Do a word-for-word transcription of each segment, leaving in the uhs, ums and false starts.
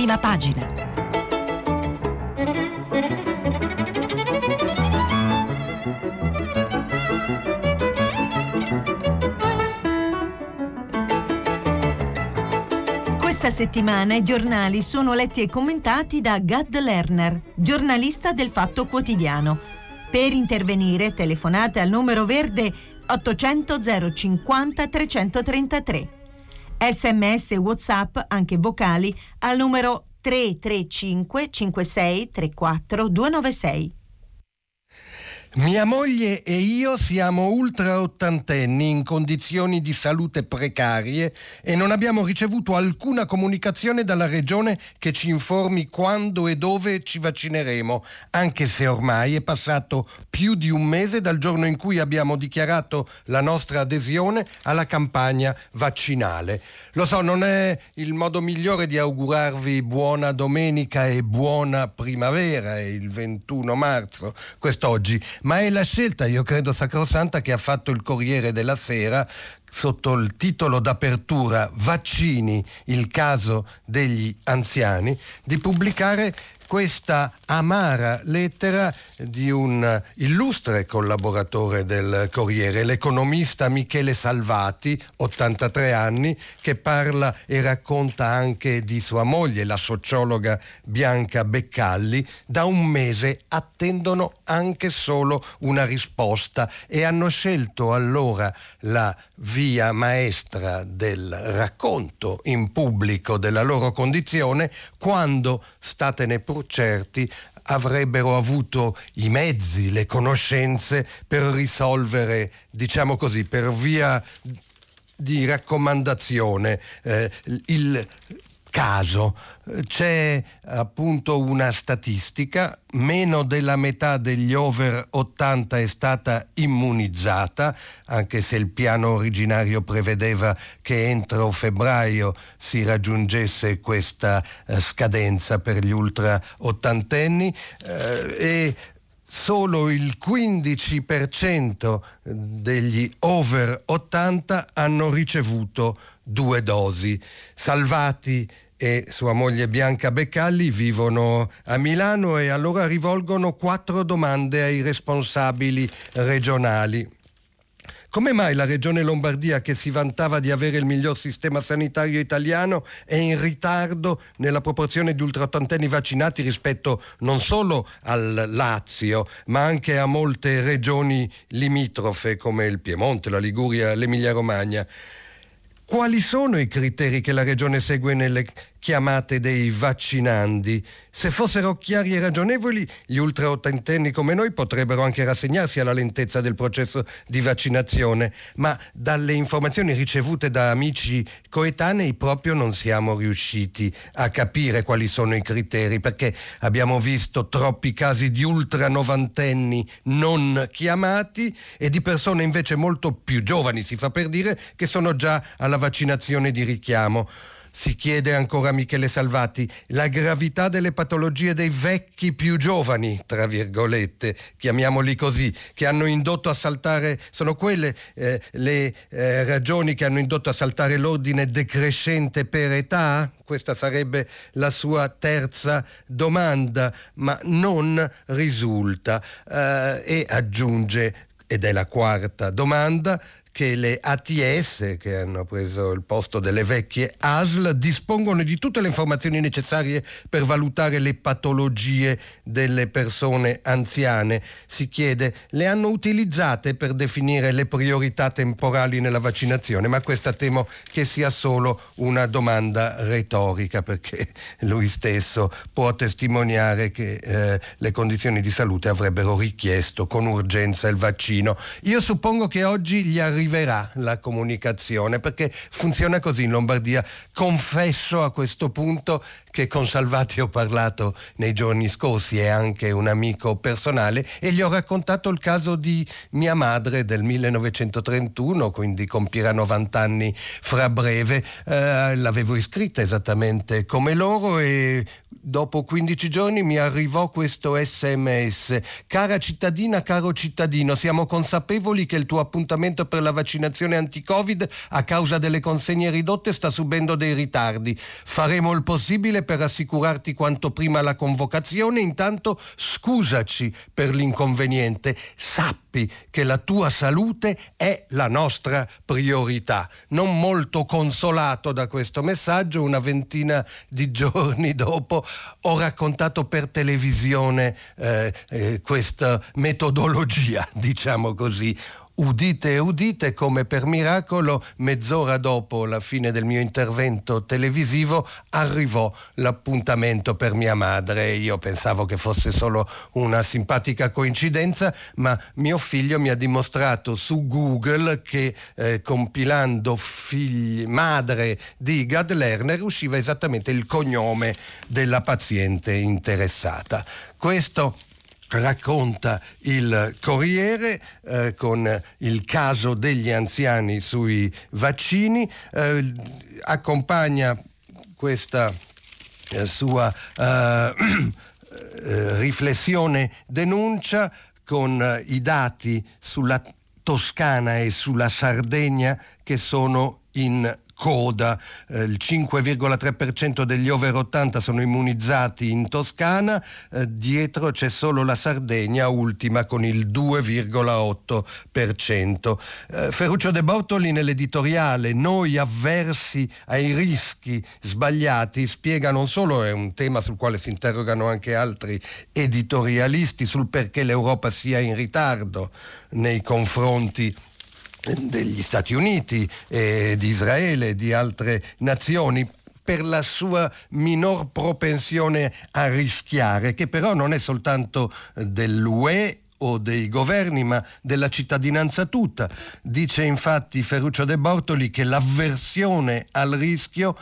Prima pagina. Questa settimana i giornali sono letti e commentati da Gad Lerner, giornalista del Fatto Quotidiano. Per intervenire telefonate al numero verde ottocento zero cinquanta trecentotrentatré. Sms e WhatsApp, anche vocali, al numero tre tre cinque cinque sei tre quattro due nove sei. Mia moglie e io siamo ultra ottantenni in condizioni di salute precarie e non abbiamo ricevuto alcuna comunicazione dalla regione che ci informi quando e dove ci vaccineremo, anche se ormai è passato più di un mese dal giorno in cui abbiamo dichiarato la nostra adesione alla campagna vaccinale. Lo so, non è il modo migliore di augurarvi buona domenica e buona primavera, è il ventuno marzo, quest'oggi, ma è la scelta, io credo sacrosanta, che ha fatto il Corriere della Sera sotto il titolo d'apertura Vaccini, il caso degli anziani, di pubblicare questa amara lettera di un illustre collaboratore del Corriere, l'economista Michele Salvati, ottantatré anni, che parla e racconta anche di sua moglie, la sociologa Bianca Beccalli. Da un mese attendono anche solo una risposta e hanno scelto allora la via maestra del racconto in pubblico della loro condizione, quando, statene pur certi, avrebbero avuto i mezzi, le conoscenze per risolvere, diciamo così, per via di raccomandazione, eh, il caso. C'è appunto una statistica: meno della metà degli over ottanta è stata immunizzata, anche se il piano originario prevedeva che entro febbraio si raggiungesse questa eh, scadenza per gli ultra ottantenni, eh, e solo il quindici per cento degli over ottanta hanno ricevuto due dosi. Salvati e sua moglie Bianca Beccalli vivono a Milano e allora rivolgono quattro domande ai responsabili regionali. Come mai la regione Lombardia, che si vantava di avere il miglior sistema sanitario italiano, è in ritardo nella proporzione di ultraottantenni vaccinati rispetto non solo al Lazio, ma anche a molte regioni limitrofe come il Piemonte, la Liguria, l'Emilia-Romagna? Quali sono i criteri che la regione segue nelle chiamate dei vaccinandi? Se fossero chiari e ragionevoli, gli ultraottantenni come noi potrebbero anche rassegnarsi alla lentezza del processo di vaccinazione, ma dalle informazioni ricevute da amici coetanei proprio non siamo riusciti a capire quali sono i criteri, perché abbiamo visto troppi casi di ultranovantenni non chiamati e di persone invece molto più giovani, si fa per dire, che sono già alla vaccinazione di richiamo. Si chiede ancora a Michele Salvati la gravità delle patologie dei vecchi più giovani, tra virgolette, chiamiamoli così, che hanno indotto a saltare, sono quelle eh, le eh, ragioni che hanno indotto a saltare l'ordine decrescente per età? Questa sarebbe la sua terza domanda, ma non risulta. Eh, e aggiunge, ed è la quarta domanda, che le A T S, che hanno preso il posto delle vecchie A S L, dispongono di tutte le informazioni necessarie per valutare le patologie delle persone anziane. Si chiede, le hanno utilizzate per definire le priorità temporali nella vaccinazione? Ma questa temo che sia solo una domanda retorica, perché lui stesso può testimoniare che eh, le condizioni di salute avrebbero richiesto con urgenza il vaccino. Io suppongo che oggi gli arriverà la comunicazione, perché funziona così in Lombardia. Confesso a questo punto che con Salvati ho parlato nei giorni scorsi, è anche un amico personale, e gli ho raccontato il caso di mia madre del millenovecentotrentuno, quindi compirà novanta anni fra breve. Eh, l'avevo iscritta esattamente come loro e dopo quindici giorni mi arrivò questo sms: cara cittadina, caro cittadino, siamo consapevoli che il tuo appuntamento per la della vaccinazione anti-Covid a causa delle consegne ridotte sta subendo dei ritardi. Faremo il possibile per assicurarti quanto prima la convocazione, intanto scusaci per l'inconveniente, sappi che la tua salute è la nostra priorità. Non molto consolato da questo messaggio, una ventina di giorni dopo ho raccontato per televisione eh, eh, questa metodologia, diciamo così. Udite, udite, come per miracolo, mezz'ora dopo la fine del mio intervento televisivo arrivò l'appuntamento per mia madre. Io pensavo che fosse solo una simpatica coincidenza, ma mio figlio mi ha dimostrato su Google che eh, compilando figli, madre di Gad Lerner usciva esattamente il cognome della paziente interessata. Questo racconta il Corriere eh, con il caso degli anziani sui vaccini, eh, accompagna questa eh, sua eh, eh, riflessione, denuncia con eh, i dati sulla Toscana e sulla Sardegna che sono in coda. Eh, il cinque virgola tre per cento degli over ottanta sono immunizzati in Toscana, eh, dietro c'è solo la Sardegna, ultima con il due virgola otto per cento. Eh, Ferruccio De Bortoli nell'editoriale Noi avversi ai rischi sbagliati spiega non solo, è un tema sul quale si interrogano anche altri editorialisti, sul perché l'Europa sia in ritardo nei confronti degli Stati Uniti, e di Israele e di altre nazioni, per la sua minor propensione a rischiare, che però non è soltanto dell'U E o dei governi, ma della cittadinanza tutta. Dice infatti Ferruccio De Bortoli che l'avversione al rischio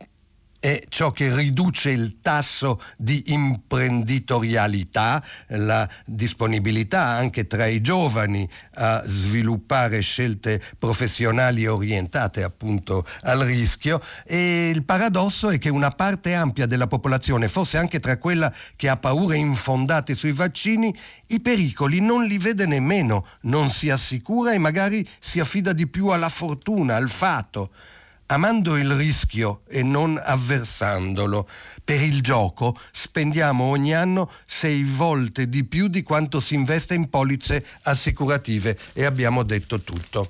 è ciò che riduce il tasso di imprenditorialità, la disponibilità anche tra i giovani a sviluppare scelte professionali orientate appunto al rischio, e il paradosso è che una parte ampia della popolazione, forse anche tra quella che ha paure infondate sui vaccini, i pericoli non li vede nemmeno, non si assicura e magari si affida di più alla fortuna, al fato, amando il rischio e non avversandolo. Per il gioco spendiamo ogni anno sei volte di più di quanto si investe in polizze assicurative, e abbiamo detto tutto.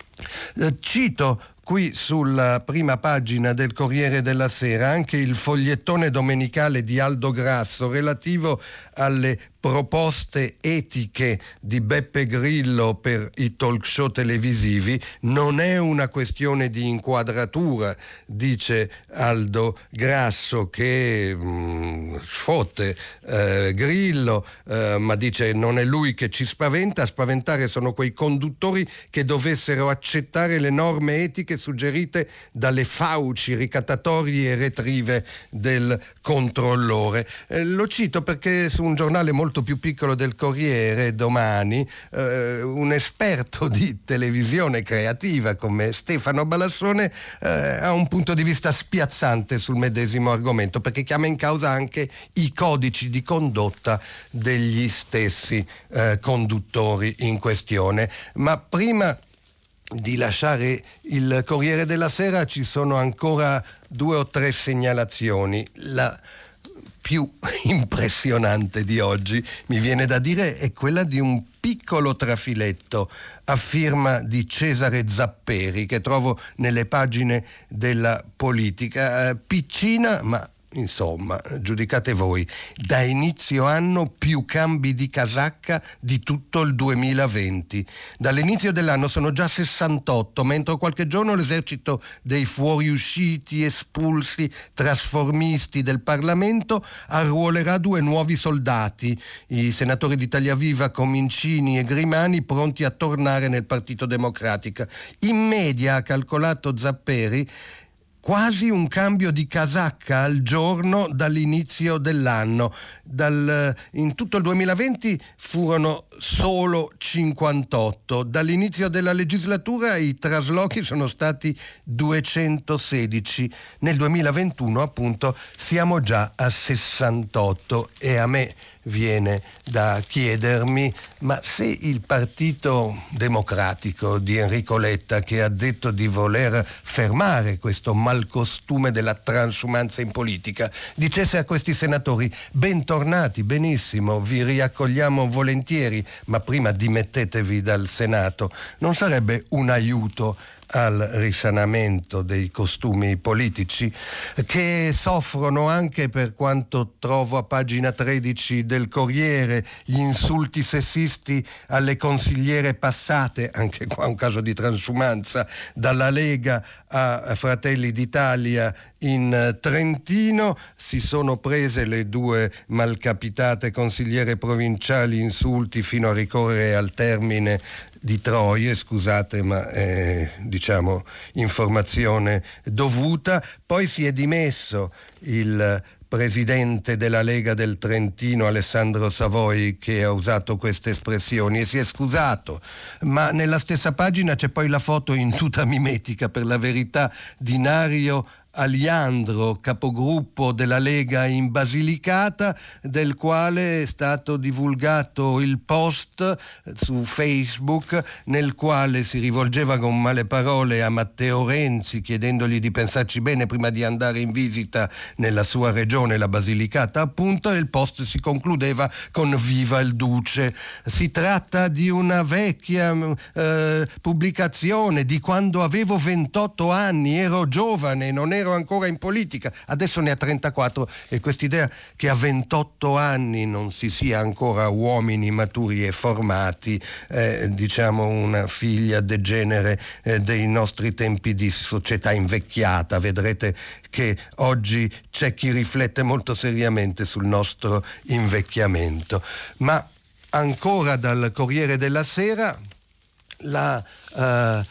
Eh, cito qui sulla prima pagina del Corriere della Sera anche il fogliettone domenicale di Aldo Grasso relativo alle proposte etiche di Beppe Grillo per i talk show televisivi. Non è una questione di inquadratura, dice Aldo Grasso, che mh, sfotte eh, Grillo, eh, ma dice non è lui che ci spaventa, a spaventare sono quei conduttori che dovessero accettare le norme etiche suggerite dalle fauci ricattatorie e retrive del controllore. Eh, lo cito perché su un giornale molto più piccolo del Corriere, Domani, eh, un esperto di televisione creativa come Stefano Balassone eh, ha un punto di vista spiazzante sul medesimo argomento, perché chiama in causa anche i codici di condotta degli stessi eh, conduttori in questione. Ma prima di lasciare il Corriere della Sera ci sono ancora due o tre segnalazioni. La più impressionante di oggi, mi viene da dire, è quella di un piccolo trafiletto a firma di Cesare Zapperi che trovo nelle pagine della Politica, eh, piccina ma insomma, giudicate voi. Da inizio anno più cambi di casacca di tutto il duemilaventi. Dall'inizio dell'anno sono già sessantotto, mentre qualche giorno l'esercito dei fuoriusciti, espulsi, trasformisti del Parlamento arruolerà due nuovi soldati, i senatori di Italia Viva Comincini e Grimani, pronti a tornare nel Partito Democratico. In media, ha calcolato Zapperi, quasi un cambio di casacca al giorno dall'inizio dell'anno. Dal, in tutto il duemilaventi furono solo cinquantotto. Dall'inizio della legislatura i traslochi sono stati duecentosedici. Nel duemilaventuno appunto siamo già a sessantotto e a me viene da chiedermi: ma se il Partito Democratico di Enrico Letta, che ha detto di voler fermare questo malcostume della transumanza in politica, dicesse a questi senatori: bentornati, benissimo, vi riaccogliamo volentieri, ma prima dimettetevi dal Senato, non sarebbe un aiuto al risanamento dei costumi politici, che soffrono anche, per quanto trovo a pagina tredici del Corriere, gli insulti sessisti alle consigliere passate, anche qua un caso di transumanza, dalla Lega a Fratelli d'Italia in Trentino. Si sono prese le due malcapitate consigliere provinciali insulti fino a ricorrere al termine di Troie, scusate, ma è, diciamo, informazione dovuta. Poi si è dimesso il presidente della Lega del Trentino, Alessandro Savoi, che ha usato queste espressioni e si è scusato, ma nella stessa pagina c'è poi la foto in tuta mimetica, per la verità, di Nario Aliandro, capogruppo della Lega in Basilicata, del quale è stato divulgato il post su Facebook nel quale si rivolgeva con male parole a Matteo Renzi, chiedendogli di pensarci bene prima di andare in visita nella sua regione, la Basilicata appunto, e il post si concludeva con "Viva il Duce". Si tratta di una vecchia eh, pubblicazione di quando avevo ventotto anni, ero giovane, non ero ero ancora in politica, adesso ne ha trentaquattro, e quest'idea che a ventotto anni non si sia ancora uomini maturi e formati, eh, diciamo una figlia degenere eh, dei nostri tempi di società invecchiata. Vedrete che oggi c'è chi riflette molto seriamente sul nostro invecchiamento. Ma ancora dal Corriere della Sera, la uh,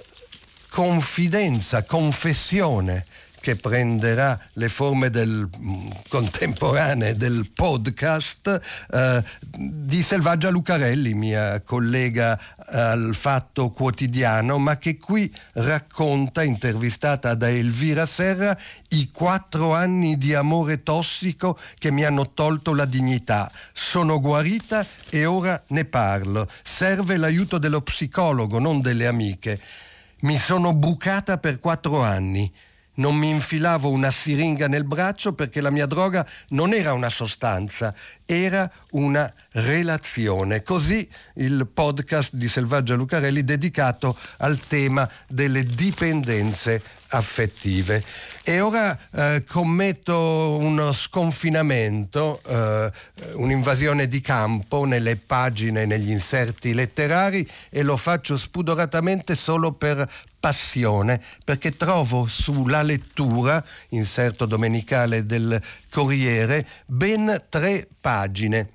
confidenza, confessione che prenderà le forme del contemporanee del podcast eh, di Selvaggia Lucarelli, mia collega al Fatto Quotidiano, ma che qui racconta, intervistata da Elvira Serra, i quattro anni di amore tossico che mi hanno tolto la dignità. Sono guarita e ora ne parlo. Serve l'aiuto dello psicologo, non delle amiche. Mi sono bucata per quattro anni. Non mi infilavo una siringa nel braccio perché la mia droga non era una sostanza, era una relazione. Così il podcast di Selvaggia Lucarelli dedicato al tema delle dipendenze affettive. E ora eh, commetto uno sconfinamento, eh, un'invasione di campo nelle pagine, negli inserti letterari, e lo faccio spudoratamente solo per passione, perché trovo sulla lettura, inserto domenicale del Corriere, ben tre pagine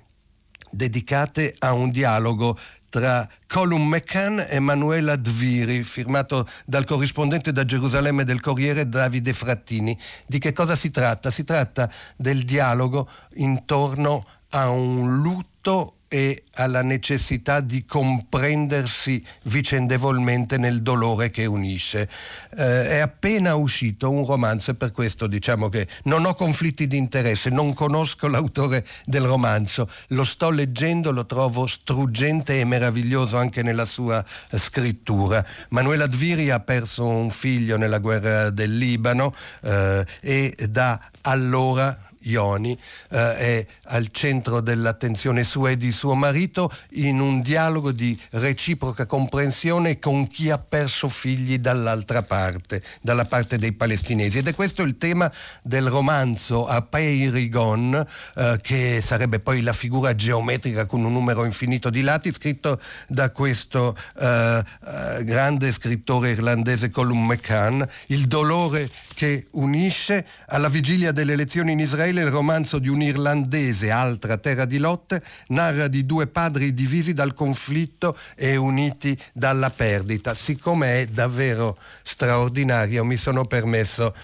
dedicate a un dialogo tra Colum McCann e Manuela Dviri, firmato dal corrispondente da Gerusalemme del Corriere Davide Frattini. Di che cosa si tratta? Si tratta del dialogo intorno a un lutto e alla necessità di comprendersi vicendevolmente nel dolore che unisce. Eh, è appena uscito un romanzo, e per questo diciamo che non ho conflitti di interesse, non conosco l'autore del romanzo, lo sto leggendo, lo trovo struggente e meraviglioso anche nella sua scrittura. Manuela Dviri ha perso un figlio nella guerra del Libano eh, e da allora Ioni eh, è al centro dell'attenzione sua e di suo marito, in un dialogo di reciproca comprensione con chi ha perso figli dall'altra parte, dalla parte dei palestinesi. Ed è questo il tema del romanzo A Peirigon, eh, che sarebbe poi la figura geometrica con un numero infinito di lati, scritto da questo eh, eh, grande scrittore irlandese Colum McCann. Il dolore che unisce. Alla vigilia delle elezioni in Israele Israele, il romanzo di un irlandese, altra terra di lotte, narra di due padri divisi dal conflitto e uniti dalla perdita. Siccome è davvero straordinario, mi sono permesso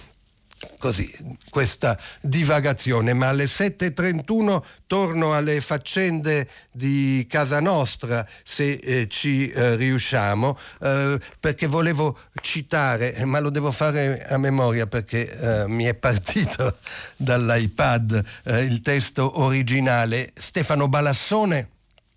così questa divagazione, ma alle sette e trentuno torno alle faccende di casa nostra, se eh, ci eh, riusciamo, eh, perché volevo citare, ma lo devo fare a memoria perché eh, mi è partito dall'iPad eh, il testo originale, Stefano Balassone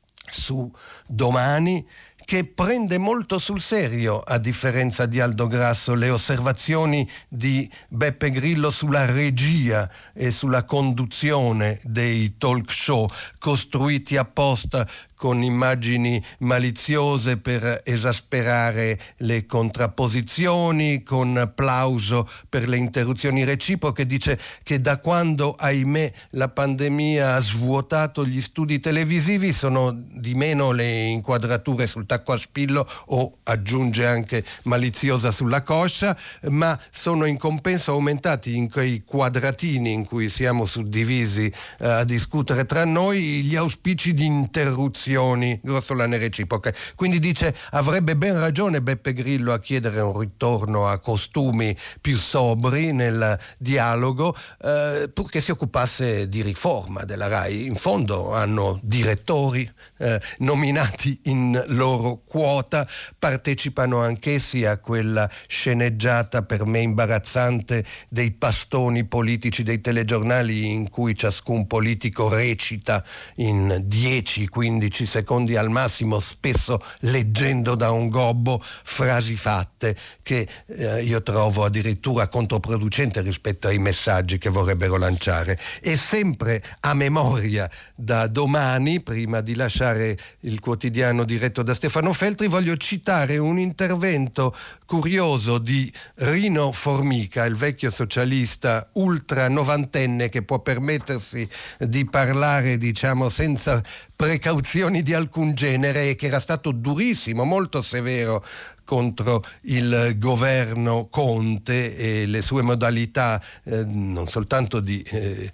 su Domani, che prende molto sul serio, a differenza di Aldo Grasso, le osservazioni di Beppe Grillo sulla regia e sulla conduzione dei talk show costruiti apposta con immagini maliziose per esasperare le contrapposizioni, con applauso per le interruzioni reciproche. Dice che da quando, ahimè, la pandemia ha svuotato gli studi televisivi sono di meno le inquadrature sul tacco a spillo, o aggiunge anche maliziosa sulla coscia, ma sono in compenso aumentati in quei quadratini in cui siamo suddivisi eh, a discutere tra noi gli auspici di interruzione grossolane reciproche. Quindi dice avrebbe ben ragione Beppe Grillo a chiedere un ritorno a costumi più sobri nel dialogo, eh, purché si occupasse di riforma della RAI. In fondo hanno direttori eh, nominati in loro quota, partecipano anch'essi a quella sceneggiata per me imbarazzante dei pastoni politici dei telegiornali, in cui ciascun politico recita in dieci quindici secondi al massimo, spesso leggendo da un gobbo frasi fatte che eh, io trovo addirittura controproducente rispetto ai messaggi che vorrebbero lanciare. E sempre a memoria da Domani, prima di lasciare il quotidiano diretto da Stefano Feltri, voglio citare un intervento curioso di Rino Formica, il vecchio socialista ultra novantenne che può permettersi di parlare, diciamo, senza precauzioni di alcun genere, e che era stato durissimo, molto severo contro il governo Conte e le sue modalità eh, non soltanto di eh,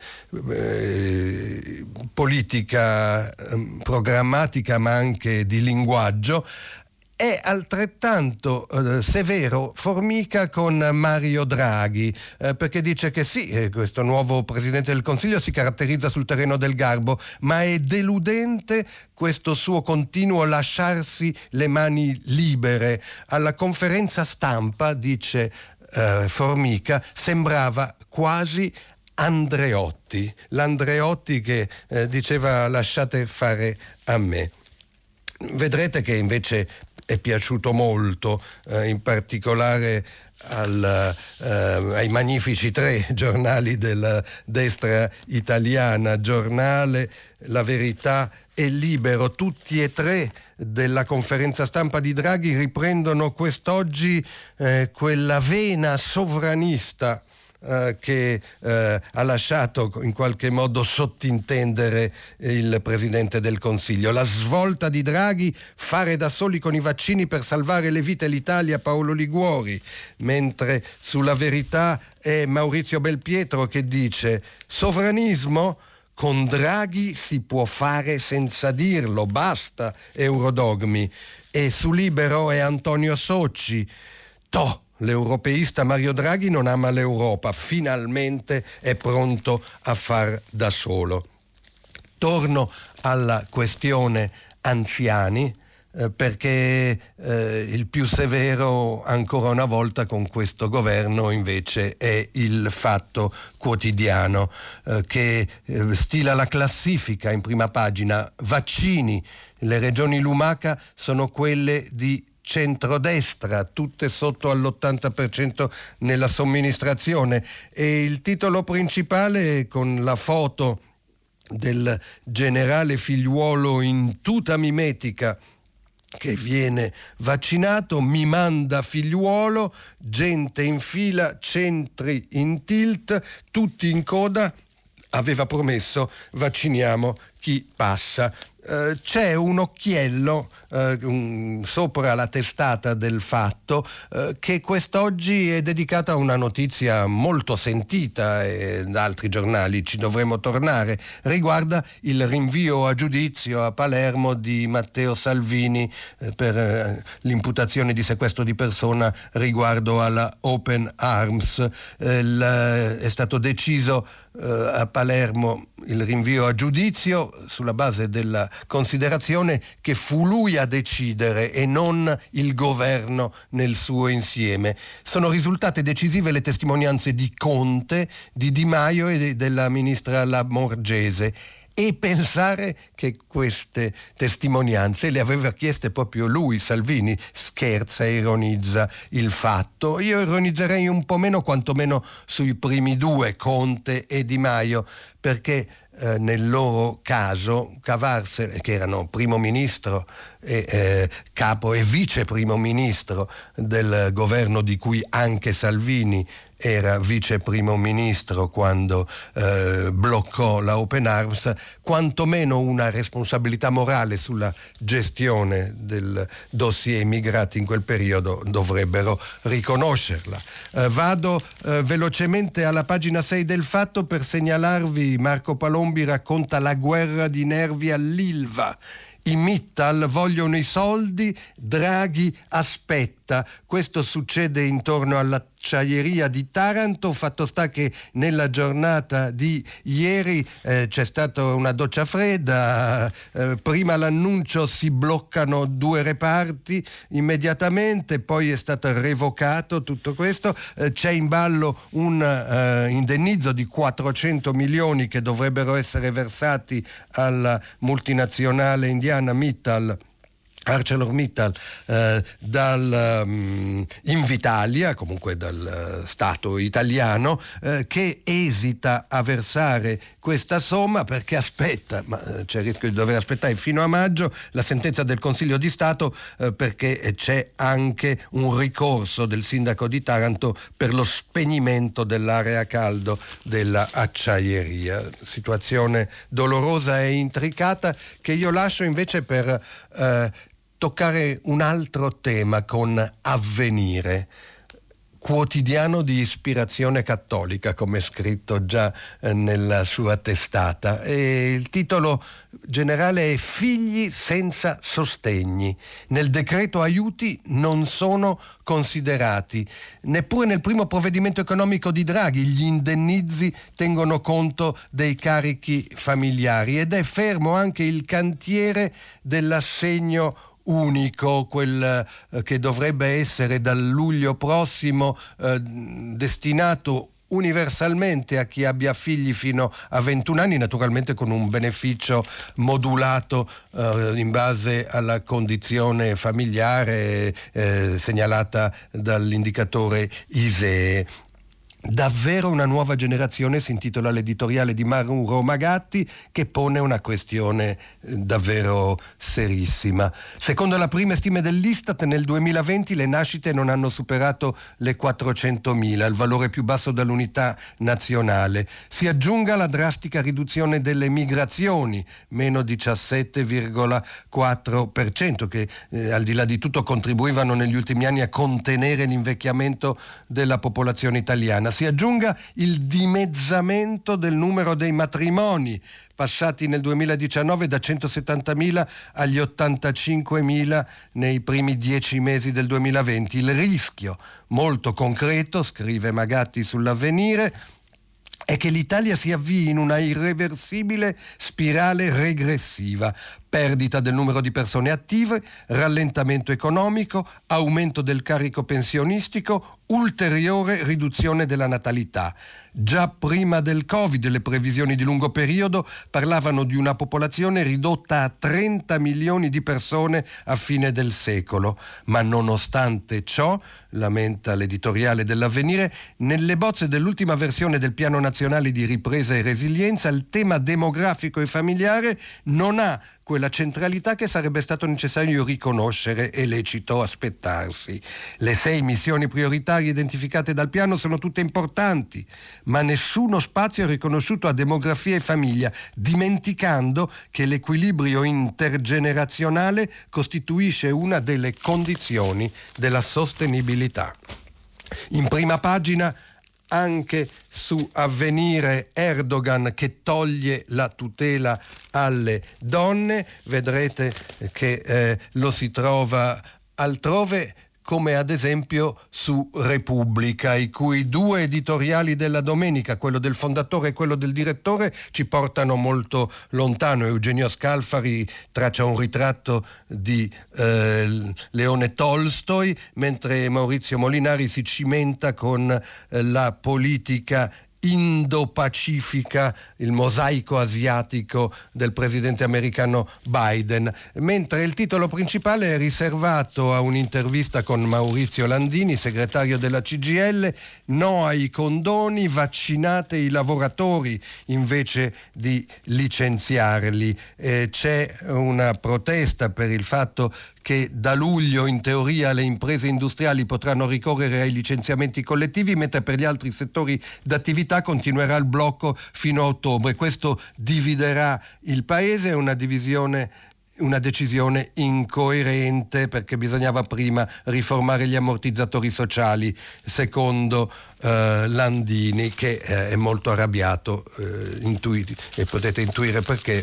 eh, politica eh, programmatica, ma anche di linguaggio. È altrettanto eh, severo Formica con Mario Draghi, eh, perché dice che sì, eh, questo nuovo Presidente del Consiglio si caratterizza sul terreno del garbo, ma è deludente questo suo continuo lasciarsi le mani libere. Alla conferenza stampa, dice eh, Formica, sembrava quasi Andreotti, l'Andreotti che eh, diceva lasciate fare a me. Vedrete che invece è piaciuto molto, eh, in particolare al, eh, ai magnifici tre giornali della destra italiana, Giornale, La Verità e Libero. Tutti e tre della conferenza stampa di Draghi riprendono quest'oggi eh, quella vena sovranista Uh, che uh, ha lasciato in qualche modo sottintendere il Presidente del Consiglio. La svolta di Draghi: fare da soli con i vaccini per salvare le vite e l'Italia, Paolo Liguori. Mentre sulla Verità è Maurizio Belpietro che dice: sovranismo? Con Draghi si può fare senza dirlo, basta eurodogmi. E su Libero è Antonio Socci: toh, l'europeista Mario Draghi non ama l'Europa, finalmente è pronto a far da solo. Torno alla questione anziani, eh, perché eh, il più severo ancora una volta con questo governo invece è il Fatto Quotidiano, eh, che eh, stila la classifica in prima pagina: vaccini, le regioni lumaca sono quelle di centrodestra, tutte sotto all'ottanta per cento nella somministrazione, e il titolo principale con la foto del generale Figliuolo in tuta mimetica che viene vaccinato: mi manda Figliuolo, gente in fila, centri in tilt, tutti in coda. Aveva promesso vacciniamo chi passa. Uh, c'è un occhiello uh, um, sopra la testata del Fatto uh, che quest'oggi è dedicata a una notizia molto sentita, e da altri giornali ci dovremo tornare. Riguarda il rinvio a giudizio a Palermo di Matteo Salvini uh, per uh, l'imputazione di sequestro di persona riguardo alla Open Arms. Uh, il, è stato deciso uh, a Palermo il rinvio a giudizio sulla base della considerazione che fu lui a decidere e non il governo nel suo insieme. Sono risultate decisive le testimonianze di Conte, di Di Maio e della ministra Lamorgese. E pensare che queste testimonianze le aveva chieste proprio lui, Salvini, scherza e ironizza il Fatto. Io ironizzerei un po' meno, quantomeno sui primi due, Conte e Di Maio, perché eh, nel loro caso cavarsene, che erano primo ministro e eh, capo e vice primo ministro del governo di cui anche Salvini era vice primo ministro quando eh, bloccò la Open Arms, quantomeno una responsabilità morale sulla gestione del dossier immigrati in quel periodo dovrebbero riconoscerla. Eh, vado eh, velocemente alla pagina sei del Fatto per segnalarvi: Marco Palombi racconta la guerra di nervi all'Ilva. I Mittal vogliono i soldi, Draghi aspetta. Questo succede intorno all'acciaieria di Taranto. Fatto sta che nella giornata di ieri eh, c'è stata una doccia fredda. Eh, prima l'annuncio si bloccano due reparti immediatamente, poi è stato revocato tutto questo. Eh, c'è in ballo un eh, indennizzo di quattrocento milioni che dovrebbero essere versati alla multinazionale indiana Mittal, ArcelorMittal, eh, dal um, Invitalia, comunque dal uh, Stato italiano, eh, che esita a versare questa somma perché aspetta, ma eh, c'è il rischio di dover aspettare fino a maggio la sentenza del Consiglio di Stato, eh, perché c'è anche un ricorso del sindaco di Taranto per lo spegnimento dell'area a caldo della acciaieria. Situazione dolorosa e intricata che io lascio invece per eh, toccare un altro tema con Avvenire, quotidiano di ispirazione cattolica, come scritto già eh, nella sua testata. E il titolo generale è Figli senza sostegni. Nel decreto aiuti non sono considerati. Neppure nel primo provvedimento economico di Draghi gli indennizi tengono conto dei carichi familiari, ed è fermo anche il cantiere dell'assegno unico, quel eh, che dovrebbe essere dal luglio prossimo eh, destinato universalmente a chi abbia figli fino a ventuno anni, naturalmente con un beneficio modulato eh, in base alla condizione familiare eh, segnalata dall'indicatore I S E E. Davvero una nuova generazione, si intitola l'editoriale di Mauro Magatti, che pone una questione davvero serissima. Secondo la prime stime dell'Istat, nel duemilaventi le nascite non hanno superato le quattrocentomila, il valore più basso dall'unità nazionale. Si aggiunga la drastica riduzione delle migrazioni, meno diciassette virgola quattro per cento, che eh, al di là di tutto contribuivano negli ultimi anni a contenere l'invecchiamento della popolazione italiana. Si aggiunga il dimezzamento del numero dei matrimoni, passati nel duemiladiciannove da centosettantamila agli ottantacinquemila nei primi dieci mesi del duemilaventi. Il rischio molto concreto, scrive Magatti sull'Avvenire, è che l'Italia si avvii in una irreversibile spirale regressiva. Perdita del numero di persone attive, rallentamento economico, aumento del carico pensionistico, ulteriore riduzione della natalità. Già prima del Covid le previsioni di lungo periodo parlavano di una popolazione ridotta a trenta milioni di persone a fine del secolo, ma nonostante ciò, lamenta l'editoriale dell'Avvenire, nelle bozze dell'ultima versione del Piano Nazionale di Ripresa e Resilienza il tema demografico e familiare non ha quella centralità che sarebbe stato necessario riconoscere e lecito aspettarsi. Le sei missioni prioritarie identificate dal piano sono tutte importanti, ma nessuno spazio è riconosciuto a demografia e famiglia, dimenticando che l'equilibrio intergenerazionale costituisce una delle condizioni della sostenibilità. In prima pagina anche su Avvenire, Erdogan che toglie la tutela alle donne. Vedrete che eh, lo si trova altrove, come ad esempio su Repubblica, i cui due editoriali della domenica, quello del fondatore e quello del direttore, ci portano molto lontano. Eugenio Scalfari traccia un ritratto di eh, Leone Tolstoi, mentre Maurizio Molinari si cimenta con eh, la politica indo-pacifica, il mosaico asiatico del presidente americano Biden, mentre il titolo principale è riservato a un'intervista con Maurizio Landini, segretario della C G I L. No ai condoni, vaccinate i lavoratori invece di licenziarli. Eh, c'è una protesta per il fatto che da luglio in teoria le imprese industriali potranno ricorrere ai licenziamenti collettivi, mentre per gli altri settori d'attività continuerà il blocco fino a ottobre. Questo dividerà il paese, è una divisione una decisione incoerente, perché bisognava prima riformare gli ammortizzatori sociali, secondo eh, Landini, che eh, è molto arrabbiato, eh, intuiti, e potete intuire perché,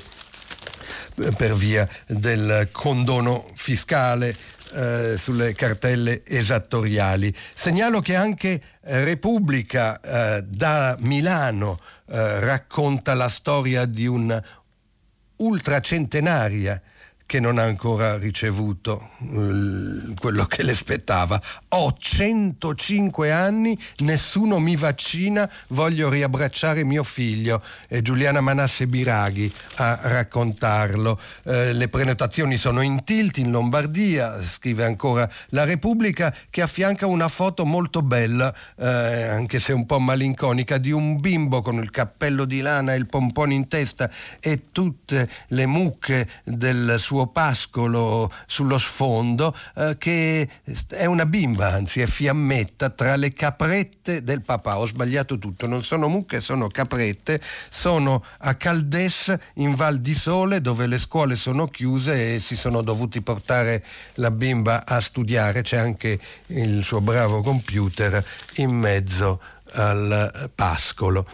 per via del condono fiscale eh, sulle cartelle esattoriali. Segnalo che anche Repubblica eh, da Milano eh, racconta la storia di un ultracentenaria che non ha ancora ricevuto eh, quello che le spettava. Ho centocinque anni, nessuno mi vaccina, voglio riabbracciare mio figlio. È Giuliana Manasse Biraghi a raccontarlo. Eh, le prenotazioni sono in tilt in Lombardia, scrive ancora la Repubblica, che affianca una foto molto bella, eh, anche se un po' malinconica, di un bimbo con il cappello di lana e il pompone in testa e tutte le mucche del suo pascolo sullo sfondo, eh, che è una bimba, anzi è fiammetta, tra le caprette del papà. Ho sbagliato tutto, non sono mucche, sono caprette. Sono a Caldes in Val di Sole, dove le scuole sono chiuse e si sono dovuti portare la bimba a studiare. C'è anche il suo bravo computer in mezzo al pascolo.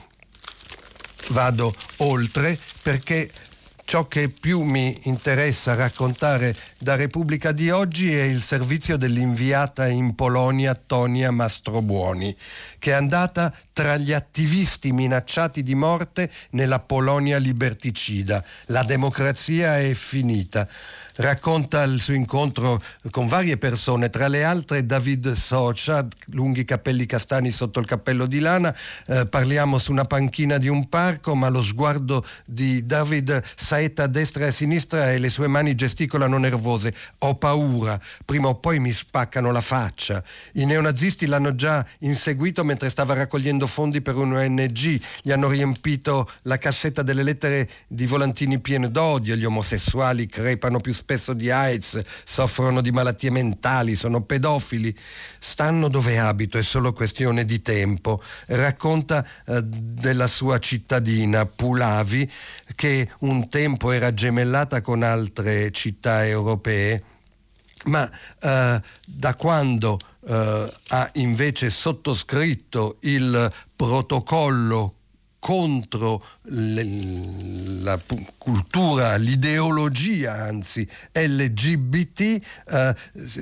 Vado oltre perché ciò che più mi interessa raccontare da Repubblica di oggi è il servizio dell'inviata in Polonia Tonia Mastrobuoni, che è andata tra gli attivisti minacciati di morte nella Polonia liberticida. La democrazia è finita. Racconta il suo incontro con varie persone, tra le altre David Socia, lunghi capelli castani sotto il cappello di lana. Eh, parliamo su una panchina di un parco, ma lo sguardo di David saetta a destra e a sinistra e le sue mani gesticolano nervose. Ho paura, prima o poi mi spaccano la faccia. I neonazisti l'hanno già inseguito mentre stava raccogliendo fondi per un O N G, gli hanno riempito la cassetta delle lettere di volantini piene d'odio. Gli omosessuali crepano più spesso di AIDS, soffrono di malattie mentali, sono pedofili, stanno dove abito, è solo questione di tempo. Racconta eh, della sua cittadina Puławy, che un tempo era gemellata con altre città europee, ma eh, da quando eh, ha invece sottoscritto il protocollo contro le, la cultura, l'ideologia anzi L G B T, eh,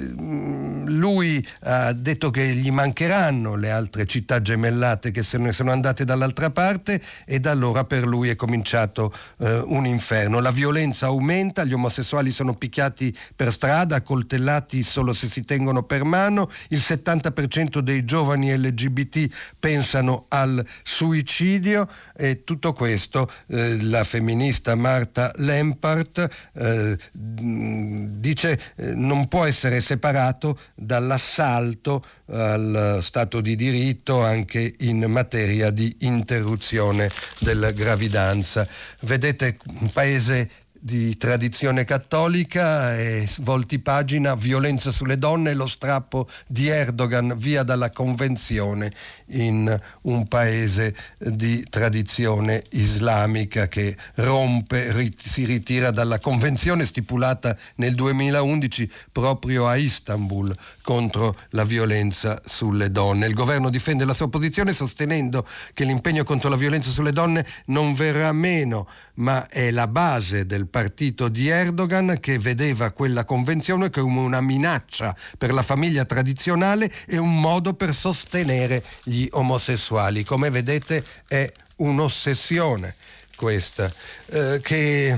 lui ha detto che gli mancheranno le altre città gemellate che se ne sono andate dall'altra parte, e da allora per lui è cominciato eh, un inferno. La violenza aumenta, gli omosessuali sono picchiati per strada, coltellati solo se si tengono per mano, il settanta per cento dei giovani L G B T pensano al suicidio. E tutto questo eh, la femminista Marta Lempart eh, dice eh, non può essere separato dall'assalto al Stato di diritto anche in materia di interruzione della gravidanza. Vedete, un paese di tradizione cattolica e volti pagina violenza sulle donne, lo strappo di Erdogan via dalla convenzione in un paese di tradizione islamica che rompe, rit- si ritira dalla convenzione stipulata nel duemilaundici proprio a Istanbul contro la violenza sulle donne. Il governo difende la sua posizione sostenendo che l'impegno contro la violenza sulle donne non verrà meno, ma è la base del partito di Erdogan, che vedeva quella convenzione come una minaccia per la famiglia tradizionale e un modo per sostenere gli omosessuali. Come vedete è un'ossessione questa, eh, che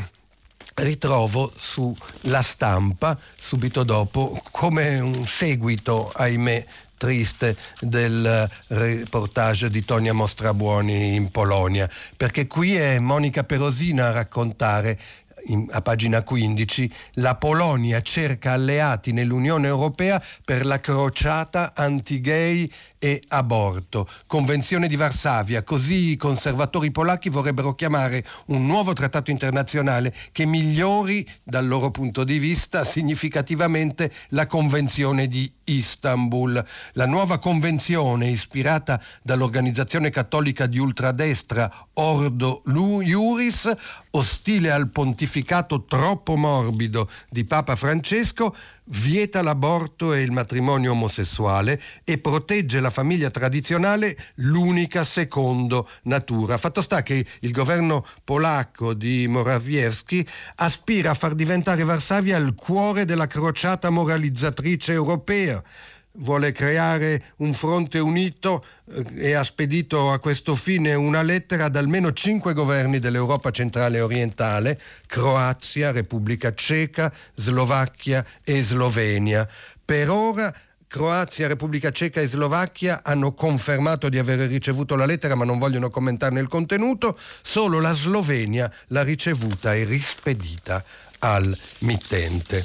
ritrovo sulla Stampa subito dopo come un seguito, ahimè, triste del reportage di Tonia Mostrabuoni in Polonia, perché qui è Monica Perosina a raccontare in, a pagina quindici, la Polonia cerca alleati nell'Unione Europea per la crociata anti-gay e aborto. Convenzione di Varsavia, così i conservatori polacchi vorrebbero chiamare un nuovo trattato internazionale che migliori dal loro punto di vista significativamente la Convenzione di Istanbul. La nuova convenzione, ispirata dall'organizzazione cattolica di ultradestra Ordo Iuris, ostile al pontificato troppo morbido di Papa Francesco, vieta l'aborto e il matrimonio omosessuale e protegge la famiglia tradizionale, l'unica secondo natura. Fatto sta che il governo polacco di Morawiecki aspira a far diventare Varsavia il cuore della crociata moralizzatrice europea. Vuole creare un fronte unito eh, e ha spedito a questo fine una lettera ad almeno cinque governi dell'Europa centrale e orientale: Croazia, Repubblica Ceca, Slovacchia e Slovenia. Per ora Croazia, Repubblica Ceca e Slovacchia hanno confermato di aver ricevuto la lettera, ma non vogliono commentarne il contenuto. Solo la Slovenia l'ha ricevuta e rispedita al mittente.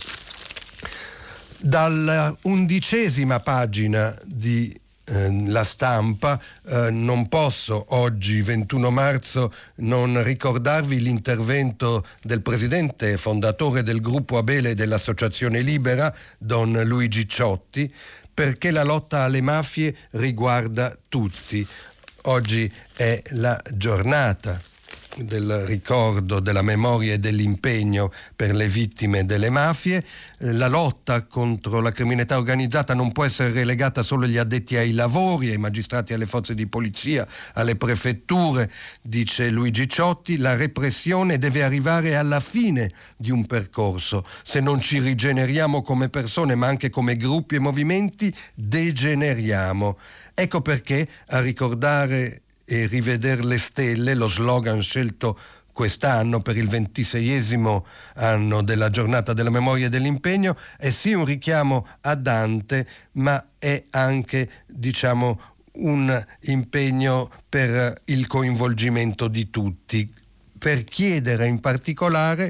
Dalla undicesima pagina di eh, La Stampa eh, non posso oggi, ventuno marzo, non ricordarvi l'intervento del presidente e fondatore del gruppo Abele e dell'Associazione Libera, Don Luigi Ciotti, perché la lotta alle mafie riguarda tutti. Oggi è la giornata del ricordo, della memoria e dell'impegno per le vittime delle mafie. La lotta contro la criminalità organizzata non può essere relegata solo agli addetti ai lavori, ai magistrati, alle forze di polizia, alle prefetture, dice Luigi Ciotti. La repressione deve arrivare alla fine di un percorso. Se non ci rigeneriamo come persone, ma anche come gruppi e movimenti, degeneriamo. Ecco perché a ricordare e rivedere le stelle, lo slogan scelto quest'anno per il ventiseiesimo anno della giornata della memoria e dell'impegno, è sì un richiamo a Dante, ma è anche, diciamo, un impegno per il coinvolgimento di tutti, per chiedere in particolare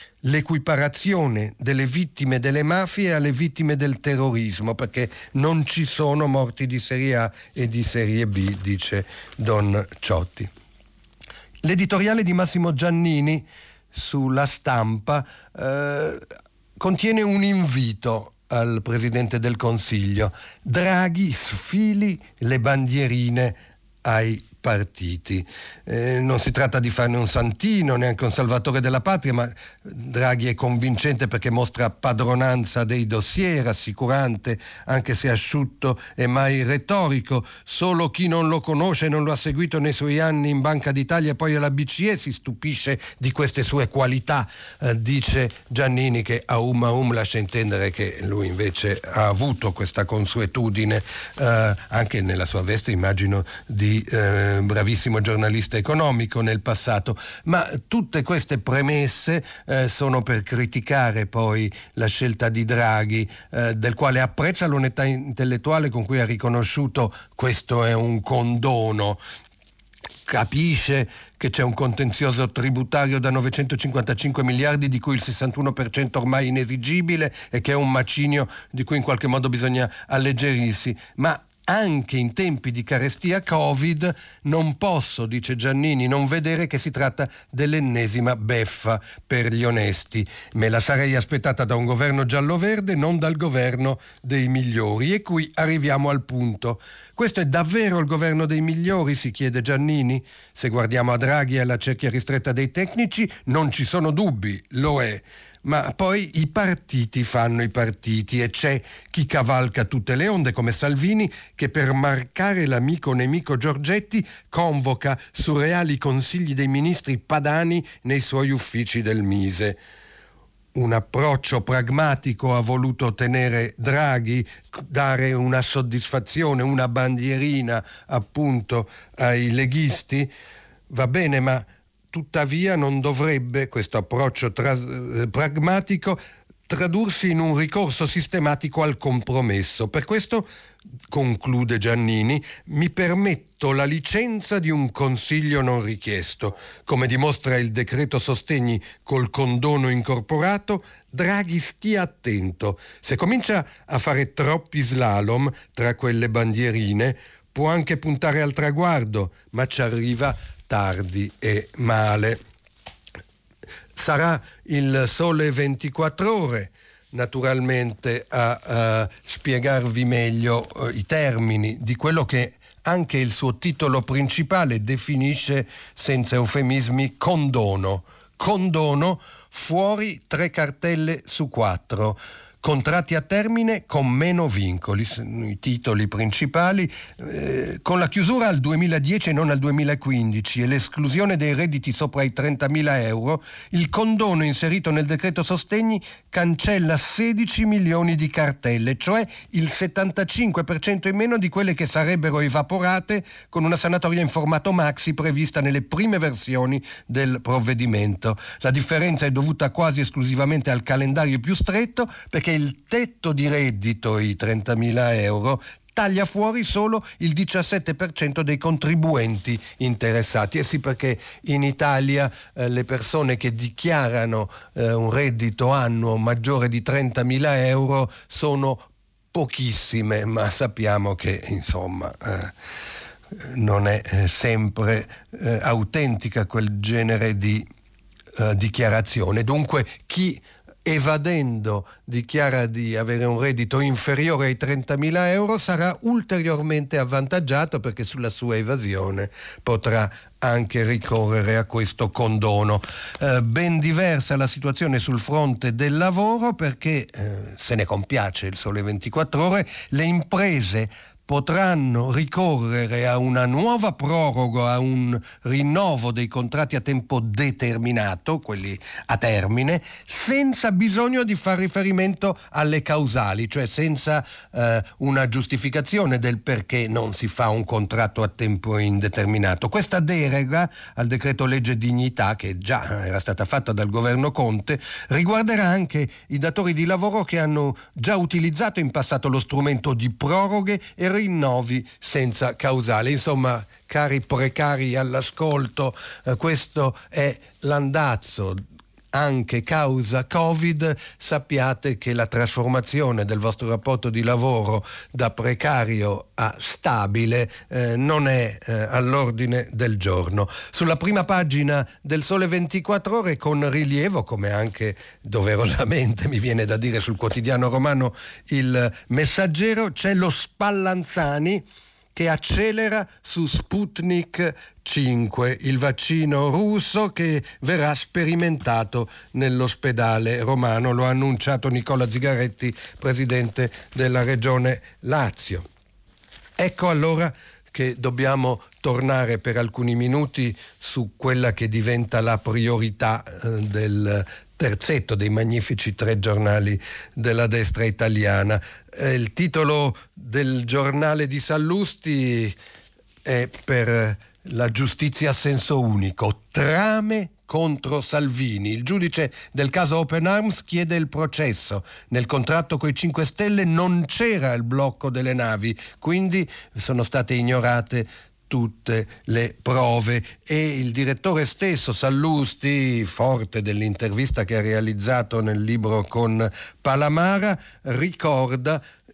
l'equiparazione delle vittime delle mafie alle vittime del terrorismo, perché non ci sono morti di serie A e di serie B, dice Don Ciotti. L'editoriale di Massimo Giannini sulla Stampa eh, contiene un invito al Presidente del Consiglio: Draghi sfili le bandierine ai partiti. Eh, non si tratta di farne un santino, neanche un salvatore della patria, ma Draghi è convincente perché mostra padronanza dei dossier, rassicurante, anche se asciutto e mai retorico. Solo chi non lo conosce e non lo ha seguito nei suoi anni in Banca d'Italia e poi alla B C E si stupisce di queste sue qualità, eh, dice Giannini, che a um a um lascia intendere che lui invece ha avuto questa consuetudine eh, anche nella sua veste, immagino, di eh, bravissimo giornalista economico nel passato. Ma tutte queste premesse eh, sono per criticare poi la scelta di Draghi, eh, del quale apprezza l'onestà intellettuale con cui ha riconosciuto questo è un condono. Capisce che c'è un contenzioso tributario da novecentocinquantacinque miliardi di cui il sessantuno per cento ormai inesigibile e che è un macigno di cui in qualche modo bisogna alleggerirsi, ma anche in tempi di carestia Covid non posso, dice Giannini, non vedere che si tratta dell'ennesima beffa per gli onesti. Me la sarei aspettata da un governo giallo-verde, non dal governo dei migliori. E qui arriviamo al punto. Questo è davvero il governo dei migliori, si chiede Giannini? Se guardiamo a Draghi e alla cerchia ristretta dei tecnici, non ci sono dubbi, lo è. Ma poi i partiti fanno i partiti e c'è chi cavalca tutte le onde come Salvini, che per marcare l'amico nemico Giorgetti convoca surreali consigli dei ministri padani nei suoi uffici del Mise. Un approccio pragmatico ha voluto tenere Draghi, dare una soddisfazione, una bandierina appunto ai leghisti. Va bene, ma tuttavia non dovrebbe questo approccio tra- pragmatico tradursi in un ricorso sistematico al compromesso. Per questo, conclude Giannini, mi permetto la licenza di un consiglio non richiesto. Come dimostra il decreto sostegni col condono incorporato, Draghi stia attento. Se comincia a fare troppi slalom tra quelle bandierine, può anche puntare al traguardo, ma ci arriva tardi e male. Sarà il Sole ventiquattro Ore naturalmente a, a spiegarvi meglio uh, i termini di quello che anche il suo titolo principale definisce senza eufemismi condono. Condono, fuori tre cartelle su quattro. Contratti a termine con meno vincoli, i titoli principali, eh, con la chiusura al duemiladieci e non al duemilaquindici e l'esclusione dei redditi sopra i trentamila euro, il condono inserito nel decreto sostegni cancella sedici milioni di cartelle, cioè il settantacinque per cento in meno di quelle che sarebbero evaporate con una sanatoria in formato maxi prevista nelle prime versioni del provvedimento. La differenza è dovuta quasi esclusivamente al calendario più stretto, perché il tetto di reddito, i trentamila euro, taglia fuori solo il diciassette per cento dei contribuenti interessati. E sì, perché in Italia eh, le persone che dichiarano eh, un reddito annuo maggiore di trentamila euro sono pochissime, ma sappiamo che insomma eh, non è eh, sempre eh, autentica quel genere di eh, dichiarazione. Dunque chi evadendo dichiara di avere un reddito inferiore ai trentamila euro sarà ulteriormente avvantaggiato, perché sulla sua evasione potrà anche ricorrere a questo condono. Eh, ben diversa la situazione sul fronte del lavoro, perché eh, se ne compiace il Sole ventiquattro Ore, le imprese potranno ricorrere a una nuova proroga, a un rinnovo dei contratti a tempo determinato, quelli a termine, senza bisogno di far riferimento alle causali, cioè senza eh, una giustificazione del perché non si fa un contratto a tempo indeterminato. Questa deroga al decreto legge dignità, che già era stata fatta dal governo Conte, riguarderà anche i datori di lavoro che hanno già utilizzato in passato lo strumento di proroghe e rinnovi senza causale. Insomma, cari precari all'ascolto, eh, questo è l'andazzo. Anche causa Covid, sappiate che la trasformazione del vostro rapporto di lavoro da precario a stabile eh, non è eh, all'ordine del giorno. Sulla prima pagina del Sole ventiquattro Ore, con rilievo, come anche doverosamente mi viene da dire sul quotidiano romano Il Messaggero, c'è lo Spallanzani che accelera su Sputnik cinque, il vaccino russo che verrà sperimentato nell'ospedale romano. Lo ha annunciato Nicola Zingaretti, presidente della regione Lazio. Ecco allora che dobbiamo tornare per alcuni minuti su quella che diventa la priorità eh, del terzetto dei magnifici tre giornali della destra italiana. Eh, il titolo del giornale di Sallusti è per la giustizia a senso unico: trame contro Salvini. Il giudice del caso Open Arms chiede il processo. Nel contratto coi cinque Stelle non c'era il blocco delle navi, quindi sono state ignorate tutte le prove, e il direttore stesso Sallusti, forte dell'intervista che ha realizzato nel libro con Palamara, ricorda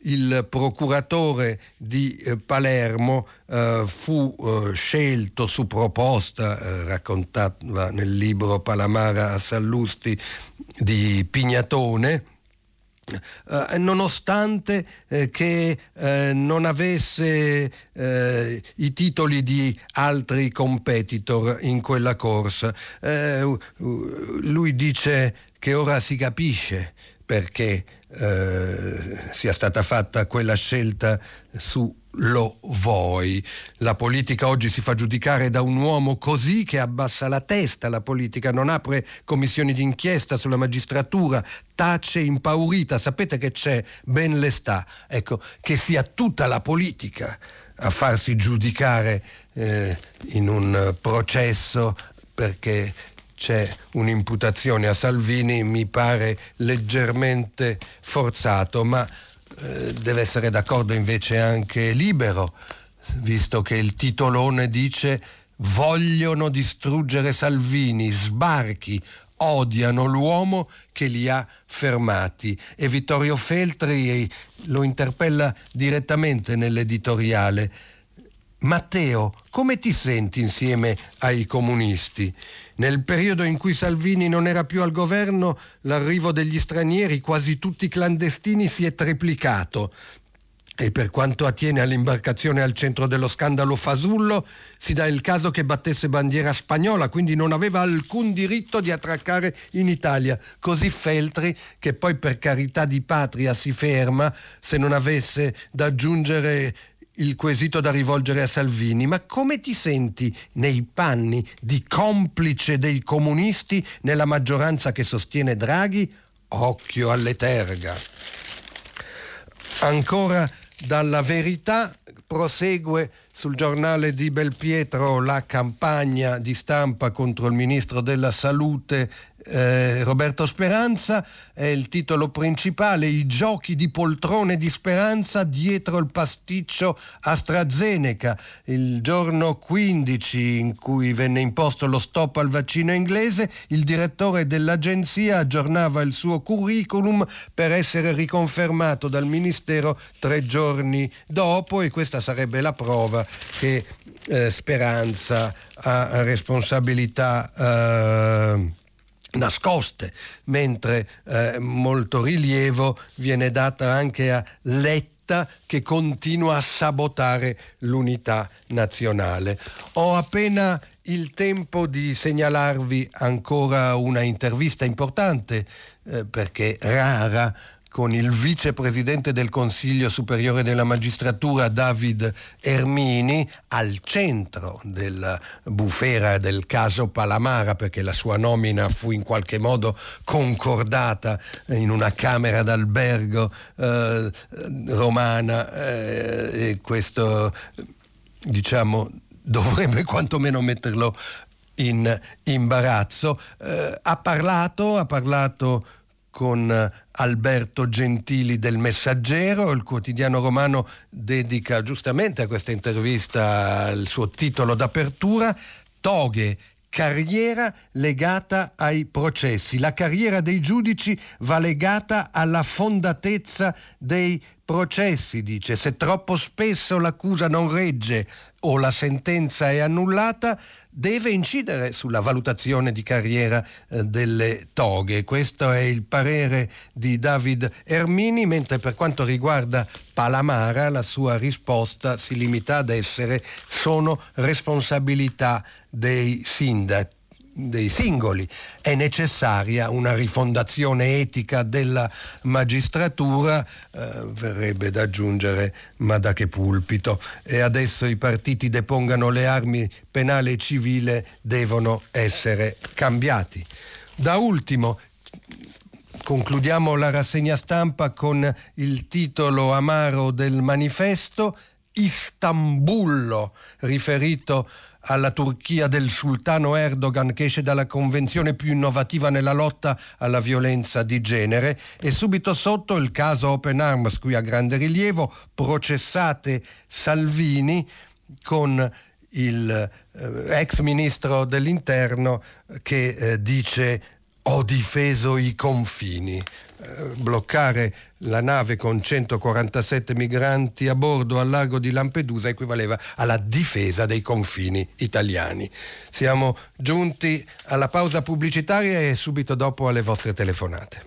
il procuratore di eh, Palermo eh, fu eh, scelto su proposta, eh, raccontata nel libro Palamara a Sallusti, di Pignatone, Uh, nonostante eh, che eh, non avesse eh, i titoli di altri competitor in quella corsa. Eh, uh, lui dice che ora si capisce perché eh, sia stata fatta quella scelta su Lo Voi. La politica oggi si fa giudicare da un uomo così che abbassa la testa. La politica non apre commissioni d'inchiesta sulla magistratura, tace impaurita. Sapete che c'è? Ben le sta. Ecco, che sia tutta la politica a farsi giudicare eh, in un processo perché c'è un'imputazione a Salvini mi pare leggermente forzato, ma eh, deve essere d'accordo invece anche Libero, visto che il titolone dice: vogliono distruggere Salvini, sbarchi, odiano l'uomo che li ha fermati. E Vittorio Feltri lo interpella direttamente nell'editoriale: Matteo, come ti senti insieme ai comunisti? Nel periodo in cui Salvini non era più al governo, l'arrivo degli stranieri, quasi tutti clandestini, si è triplicato. E per quanto attiene all'imbarcazione al centro dello scandalo Fasullo, si dà il caso che battesse bandiera spagnola, quindi non aveva alcun diritto di attraccare in Italia. Così Feltri, che poi per carità di patria si ferma se non avesse da aggiungere il quesito da rivolgere a Salvini: ma come ti senti nei panni di complice dei comunisti nella maggioranza che sostiene Draghi? Occhio alle terga. Ancora dalla Verità prosegue sul giornale di Belpietro la campagna di stampa contro il ministro della Salute eh, Roberto Speranza. È il titolo principale: i giochi di poltrone di Speranza dietro il pasticcio AstraZeneca. Il giorno quindici, in cui venne imposto lo stop al vaccino inglese, il direttore dell'agenzia aggiornava il suo curriculum per essere riconfermato dal ministero tre giorni dopo, e questa sarebbe la prova che eh, Speranza ha responsabilità eh, nascoste, mentre eh, molto rilievo viene data anche a Letta, che continua a sabotare l'unità nazionale. Ho appena il tempo di segnalarvi ancora una intervista importante, eh, perché rara, con il vicepresidente del Consiglio Superiore della Magistratura David Ermini, al centro della bufera del caso Palamara, perché la sua nomina fu in qualche modo concordata in una camera d'albergo eh, romana, eh, e questo, diciamo, dovrebbe quantomeno metterlo in imbarazzo. Eh, ha parlato, ha parlato con Alberto Gentili del Messaggero. Il quotidiano romano dedica giustamente a questa intervista il suo titolo d'apertura: toghe, carriera legata ai processi. La carriera dei giudici va legata alla fondatezza dei processi, dice. Se troppo spesso l'accusa non regge o la sentenza è annullata, deve incidere sulla valutazione di carriera eh, delle toghe. Questo è il parere di David Ermini, mentre per quanto riguarda Palamara la sua risposta si limita ad essere: sono responsabilità dei sindaci, dei singoli. È necessaria una rifondazione etica della magistratura, eh, verrebbe da aggiungere, ma da che pulpito. E adesso i partiti depongano le armi, penale e civile devono essere cambiati. Da ultimo concludiamo la rassegna stampa con il titolo amaro del Manifesto: Istanbullo, riferito alla Turchia del sultano Erdogan, che esce dalla convenzione più innovativa nella lotta alla violenza di genere. E subito sotto il caso Open Arms, qui a grande rilievo: processate Salvini, con il eh, ex ministro dell'interno che eh, dice: ho difeso i confini. Eh, bloccare la nave con centoquarantasette migranti a bordo al largo di Lampedusa equivaleva alla difesa dei confini italiani. Siamo giunti alla pausa pubblicitaria e subito dopo alle vostre telefonate.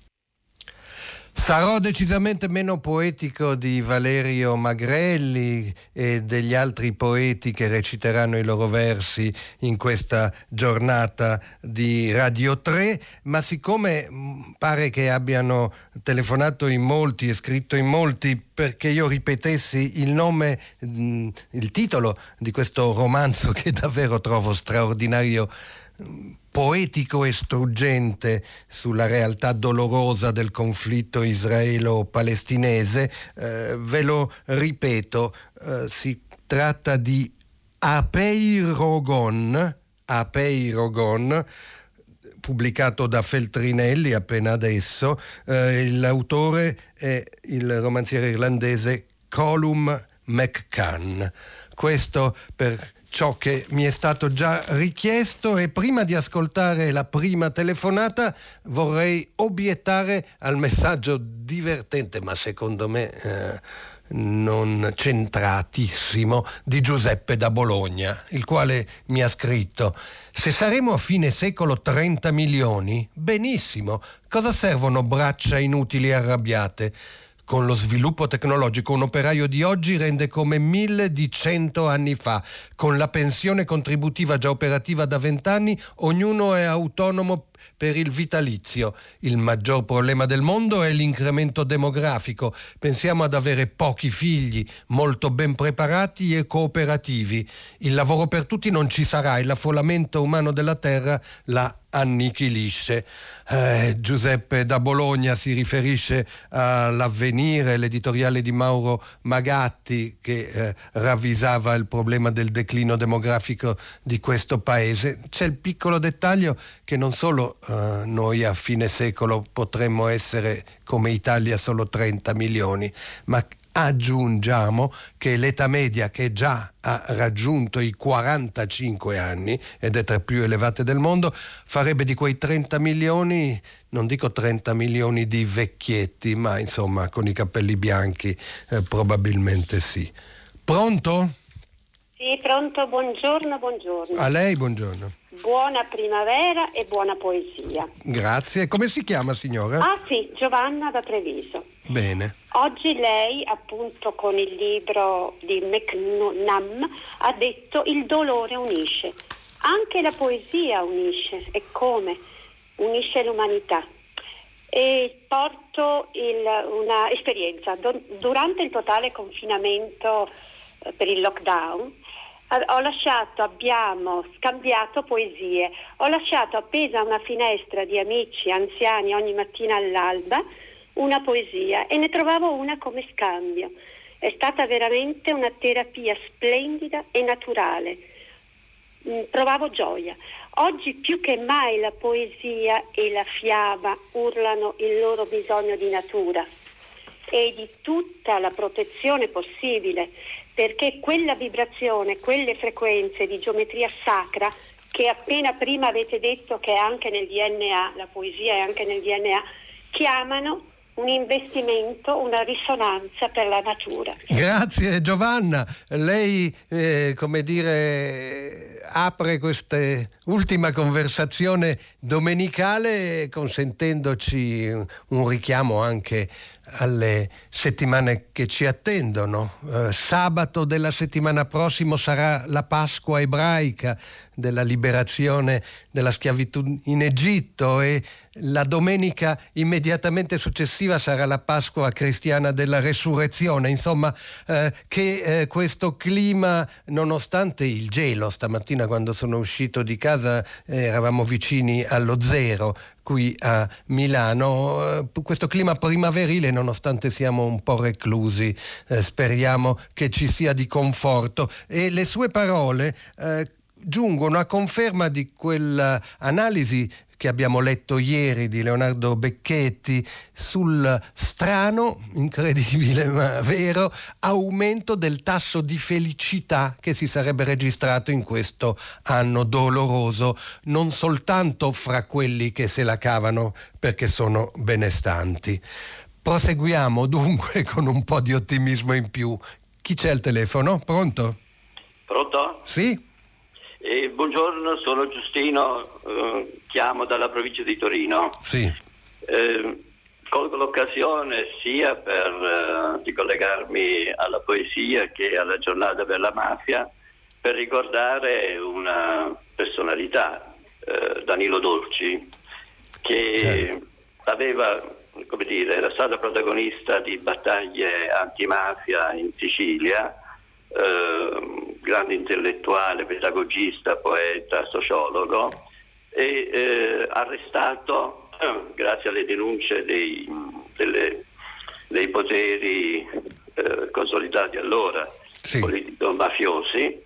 Sarò decisamente meno poetico di Valerio Magrelli e degli altri poeti che reciteranno i loro versi in questa giornata di Radio tre, ma siccome pare che abbiano telefonato in molti e scritto in molti perché io ripetessi il nome, il titolo di questo romanzo che davvero trovo straordinario, poetico e struggente sulla realtà dolorosa del conflitto israelo-palestinese, eh, ve lo ripeto, eh, si tratta di Apeirogon, Apeirogon, pubblicato da Feltrinelli appena adesso. Eh, l'autore è il romanziere irlandese Colum McCann. Questo per ciò che mi è stato già richiesto, e prima di ascoltare la prima telefonata vorrei obiettare al messaggio divertente, ma secondo me eh, non centratissimo, di Giuseppe da Bologna, il quale mi ha scritto: se saremo a fine secolo trenta milioni, benissimo, cosa servono braccia inutili e arrabbiate? Con lo sviluppo tecnologico un operaio di oggi rende come mille di cento anni fa. Con la pensione contributiva già operativa da vent'anni, ognuno è autonomo per il vitalizio. Il maggior problema del mondo è l'incremento demografico. Pensiamo ad avere pochi figli, molto ben preparati e cooperativi. Il lavoro per tutti non ci sarà e l'affollamento umano della terra la annichilisce. Eh, Giuseppe da Bologna si riferisce all'Avvenire, l'editoriale di Mauro Magatti, che eh, ravvisava il problema del declino demografico di questo paese. C'è il piccolo dettaglio che non solo eh, noi a fine secolo potremmo essere come Italia solo trenta milioni, ma aggiungiamo che l'età media, che già ha raggiunto i quarantacinque anni ed è tra le più elevate del mondo, farebbe di quei trenta milioni, non dico trenta milioni di vecchietti, ma insomma con i capelli bianchi eh, probabilmente sì. Pronto? Sì, pronto, buongiorno, buongiorno. A lei, buongiorno. Buona primavera e buuna poesia. Grazie. Come si chiama, signora? Ah sì, Giovanna da Treviso. Bene. Oggi lei, appunto, con il libro di McNam ha detto: il dolore unisce. Anche la poesia unisce. E come? Unisce l'umanità. E porto il, una esperienza. Durante il totale confinamento eh, per il lockdown, ho lasciato, abbiamo scambiato poesie, ho lasciato appesa a una finestra di amici anziani ogni mattina all'alba una poesia e ne trovavo una come scambio. È stata veramente una terapia splendida e naturale. Provavo gioia. Oggi più che mai la poesia e la fiaba urlano il loro bisogno di natura e di tutta la protezione possibile, perché quella vibrazione, quelle frequenze di geometria sacra che appena prima avete detto che è anche nel D N A, la poesia è anche nel D N A, chiamano un investimento, una risonanza per la natura. Grazie Giovanna, lei eh, come dire apre questa ultima conversazione domenicale consentendoci un richiamo anche alle settimane che ci attendono. Eh, sabato della settimana prossima sarà la Pasqua ebraica della liberazione della schiavitù in Egitto e la domenica immediatamente successiva sarà la Pasqua cristiana della Resurrezione. Insomma, eh, che eh, questo clima, nonostante il gelo, stamattina quando sono uscito di casa eh, eravamo vicini allo zero qui a Milano, eh, questo clima primaverile, nonostante siamo un po' reclusi, eh, speriamo che ci sia di conforto. E le sue parole eh, giungono a conferma di quell'analisi che abbiamo letto ieri di Leonardo Becchetti sul strano, incredibile ma vero, aumento del tasso di felicità che si sarebbe registrato in questo anno doloroso, non soltanto fra quelli che se la cavano perché sono benestanti. Proseguiamo dunque con un po' di ottimismo in più. Chi c'è al telefono? Pronto? Pronto? Sì? Eh, buongiorno, sono Giustino, eh, chiamo dalla provincia di Torino. Sì. Eh, colgo l'occasione sia per eh, collegarmi alla poesia che alla giornata per la mafia per ricordare una personalità, eh, Danilo Dolci, che certo. aveva, come dire, era stato protagonista di battaglie antimafia in Sicilia. Eh, grande intellettuale, pedagogista, poeta, sociologo, e eh, arrestato eh, grazie alle denunce dei, delle, dei poteri eh, consolidati allora, sì. politico-mafiosi. E,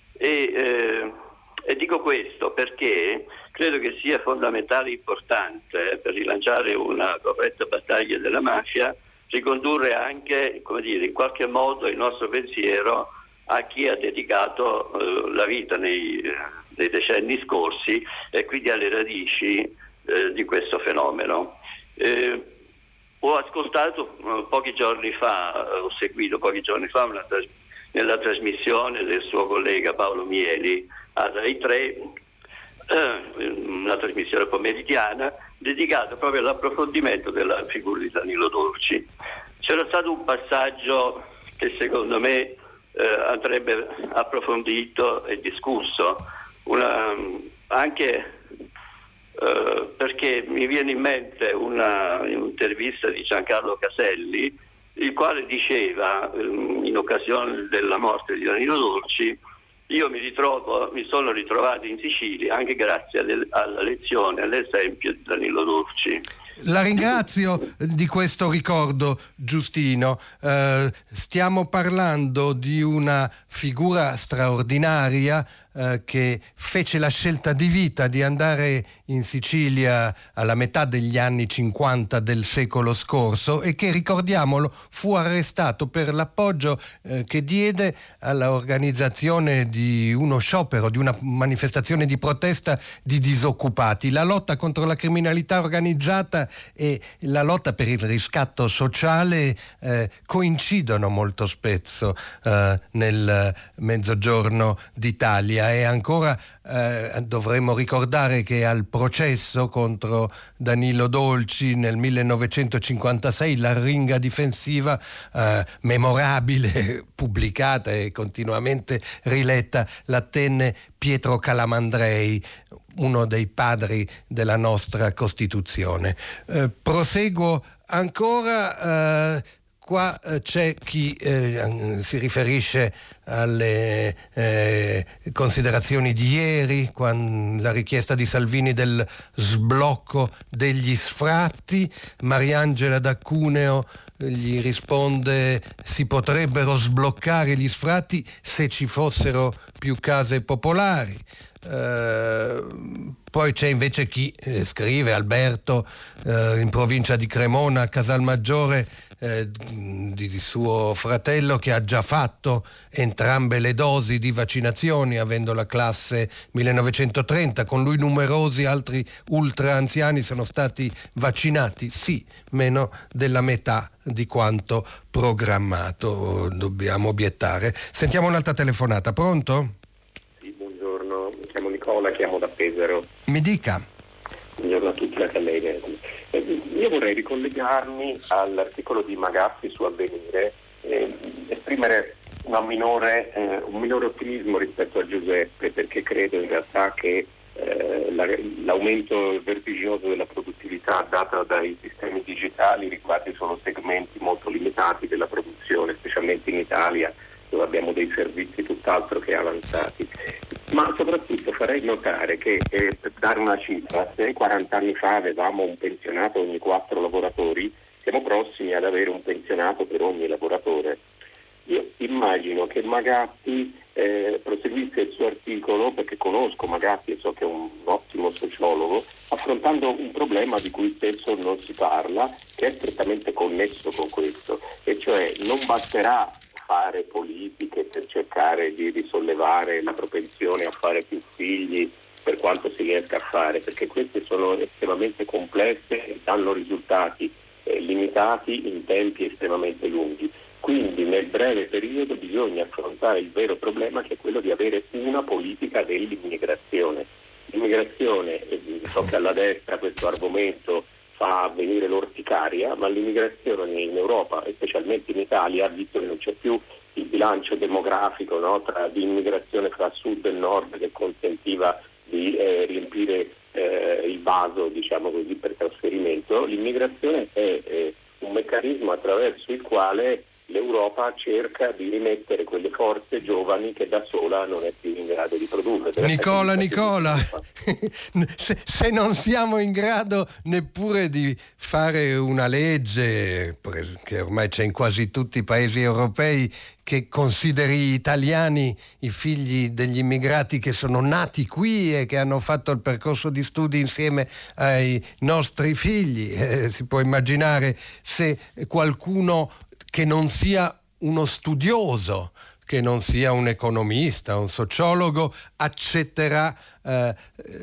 eh, e dico questo perché credo che sia fondamentale e importante per rilanciare una corretta battaglia della mafia ricondurre anche, come dire, in qualche modo il nostro pensiero a chi ha dedicato eh, la vita nei, eh, nei decenni scorsi e quindi alle radici eh, di questo fenomeno. Eh, ho ascoltato eh, pochi giorni fa, eh, ho seguito pochi giorni fa una tras- nella trasmissione del suo collega Paolo Mieli a Rai tre, eh, una trasmissione pomeridiana dedicata proprio all'approfondimento della figura di Danilo Dolci. C'era stato un passaggio che secondo me eh, andrebbe approfondito e discusso, una, anche eh, perché mi viene in mente una un'intervista di Giancarlo Caselli, il quale diceva in occasione della morte di Danilo Dolci: io mi ritrovo, mi sono ritrovato in Sicilia anche grazie alle, alla lezione, all'esempio di Danilo Dolci. La ringrazio di questo ricordo, Giustino. Eh, stiamo parlando di una figura straordinaria eh, che fece la scelta di vita di andare in Sicilia alla metà degli anni cinquanta del secolo scorso e che, ricordiamolo, fu arrestato per l'appoggio eh, che diede alla organizzazione di uno sciopero, di una manifestazione di protesta di disoccupati. La lotta contro la criminalità organizzata e la lotta per il riscatto sociale eh, coincidono molto spesso eh, nel Mezzogiorno d'Italia, e ancora eh, dovremmo ricordare che al processo contro Danilo Dolci nel millenovecentocinquantasei l'arringa difensiva eh, memorabile, pubblicata e continuamente riletta, la tenne Pietro Calamandrei, uno dei padri della nostra Costituzione. Eh, proseguo ancora. Eh, qua eh, c'è chi eh, si riferisce alle eh, considerazioni di ieri, quando la richiesta di Salvini del sblocco degli sfratti. Mariangela da Cuneo gli risponde: si potrebbero sbloccare gli sfratti se ci fossero più case popolari. Uh, poi c'è invece chi eh, scrive, Alberto, eh, in provincia di Cremona, Casalmaggiore, eh, di, di suo fratello, che ha già fatto entrambe le dosi di vaccinazioni, avendo la classe millenovecentotrenta. Con lui numerosi altri ultra anziani sono stati vaccinati, sì, meno della metà di quanto programmato, dobbiamo obiettare. Sentiamo un'altra telefonata. Pronto? Chiamo Nicola, chiamo da Pesaro. Mi dica. Buongiorno a tutti, anche a lei. Io vorrei ricollegarmi all'articolo di Magaffi su Avvenire e esprimere una minore, eh, un minore ottimismo rispetto a Giuseppe, perché credo in realtà che eh, la, l'aumento vertiginoso della produttività data dai sistemi digitali riguardi solo segmenti molto limitati della produzione, specialmente in Italia, dove abbiamo dei servizi tutt'altro che avanzati. Ma soprattutto farei notare che, eh, per dare una cifra, se quaranta anni fa avevamo un pensionato ogni quattro lavoratori, siamo prossimi ad avere un pensionato per ogni lavoratore. Io immagino che Magatti eh, proseguisse il suo articolo, perché conosco Magatti e so che è un ottimo sociologo, affrontando un problema di cui spesso non si parla, che è strettamente connesso con questo, e cioè non basterà fare politiche per cercare di risollevare la propensione a fare più figli, per quanto si riesca a fare, perché queste sono estremamente complesse e danno risultati eh, limitati in tempi estremamente lunghi. Quindi nel breve periodo bisogna affrontare il vero problema, che è quello di avere una politica dell'immigrazione. L'immigrazione, eh, so che alla destra questo argomento fa venire l'orticaria, ma l'immigrazione in Europa e specialmente in Italia, visto che non c'è più il bilancio demografico, no, tra, di immigrazione fra sud e nord, che consentiva di eh, riempire eh, il vaso, diciamo così, per trasferimento, l'immigrazione è eh, un meccanismo attraverso il quale l'Europa cerca di rimettere quelle forze giovani che da sola non è più in grado di produrre. Nicola, Nicola, se, se non siamo in grado neppure di fare una legge, che ormai c'è in quasi tutti i paesi europei, che consideri italiani i figli degli immigrati che sono nati qui e che hanno fatto il percorso di studi insieme ai nostri figli, eh, si può immaginare se qualcuno che non sia uno studioso, che non sia un economista, un sociologo, accetterà eh,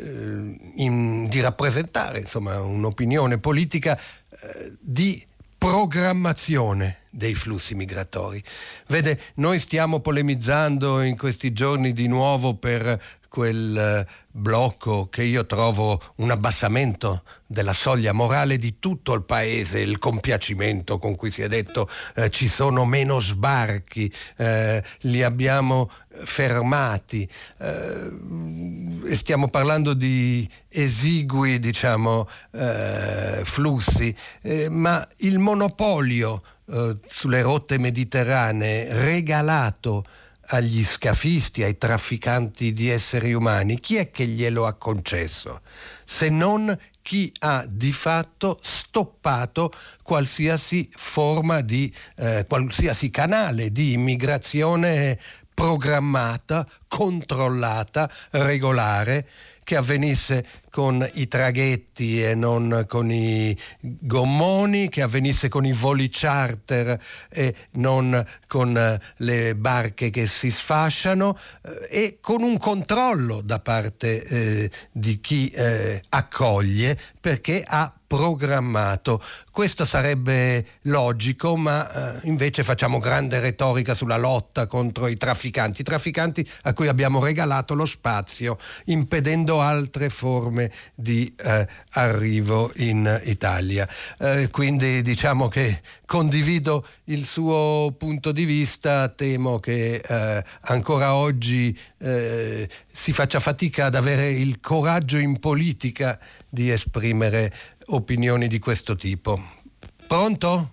in, di rappresentare, insomma, un'opinione politica eh, di programmazione dei flussi migratori. Vede, noi stiamo polemizzando in questi giorni di nuovo per quel blocco che io trovo un abbassamento della soglia morale di tutto il paese, il compiacimento con cui si è detto eh, ci sono meno sbarchi, eh, li abbiamo fermati, eh, e stiamo parlando di esigui, diciamo, eh, flussi, eh, ma il monopolio eh, sulle rotte mediterranee regalato agli scafisti, ai trafficanti di esseri umani, chi è che glielo ha concesso? Se non chi ha di fatto stoppato qualsiasi forma di, eh, qualsiasi canale di immigrazione programmata, controllata, regolare, che avvenisse con i traghetti e non con i gommoni, che avvenisse con i voli charter e non con le barche che si sfasciano, eh, e con un controllo da parte eh, di chi eh, accoglie, perché ha programmato. Questo sarebbe logico, ma eh, invece facciamo grande retorica sulla lotta contro i trafficanti, trafficanti a cui abbiamo regalato lo spazio, impedendo altre forme di eh, arrivo in Italia. Eh, quindi diciamo che condivido il suo punto di vista, temo che eh, ancora oggi eh, si faccia fatica ad avere il coraggio in politica di esprimere opinioni di questo tipo. Pronto?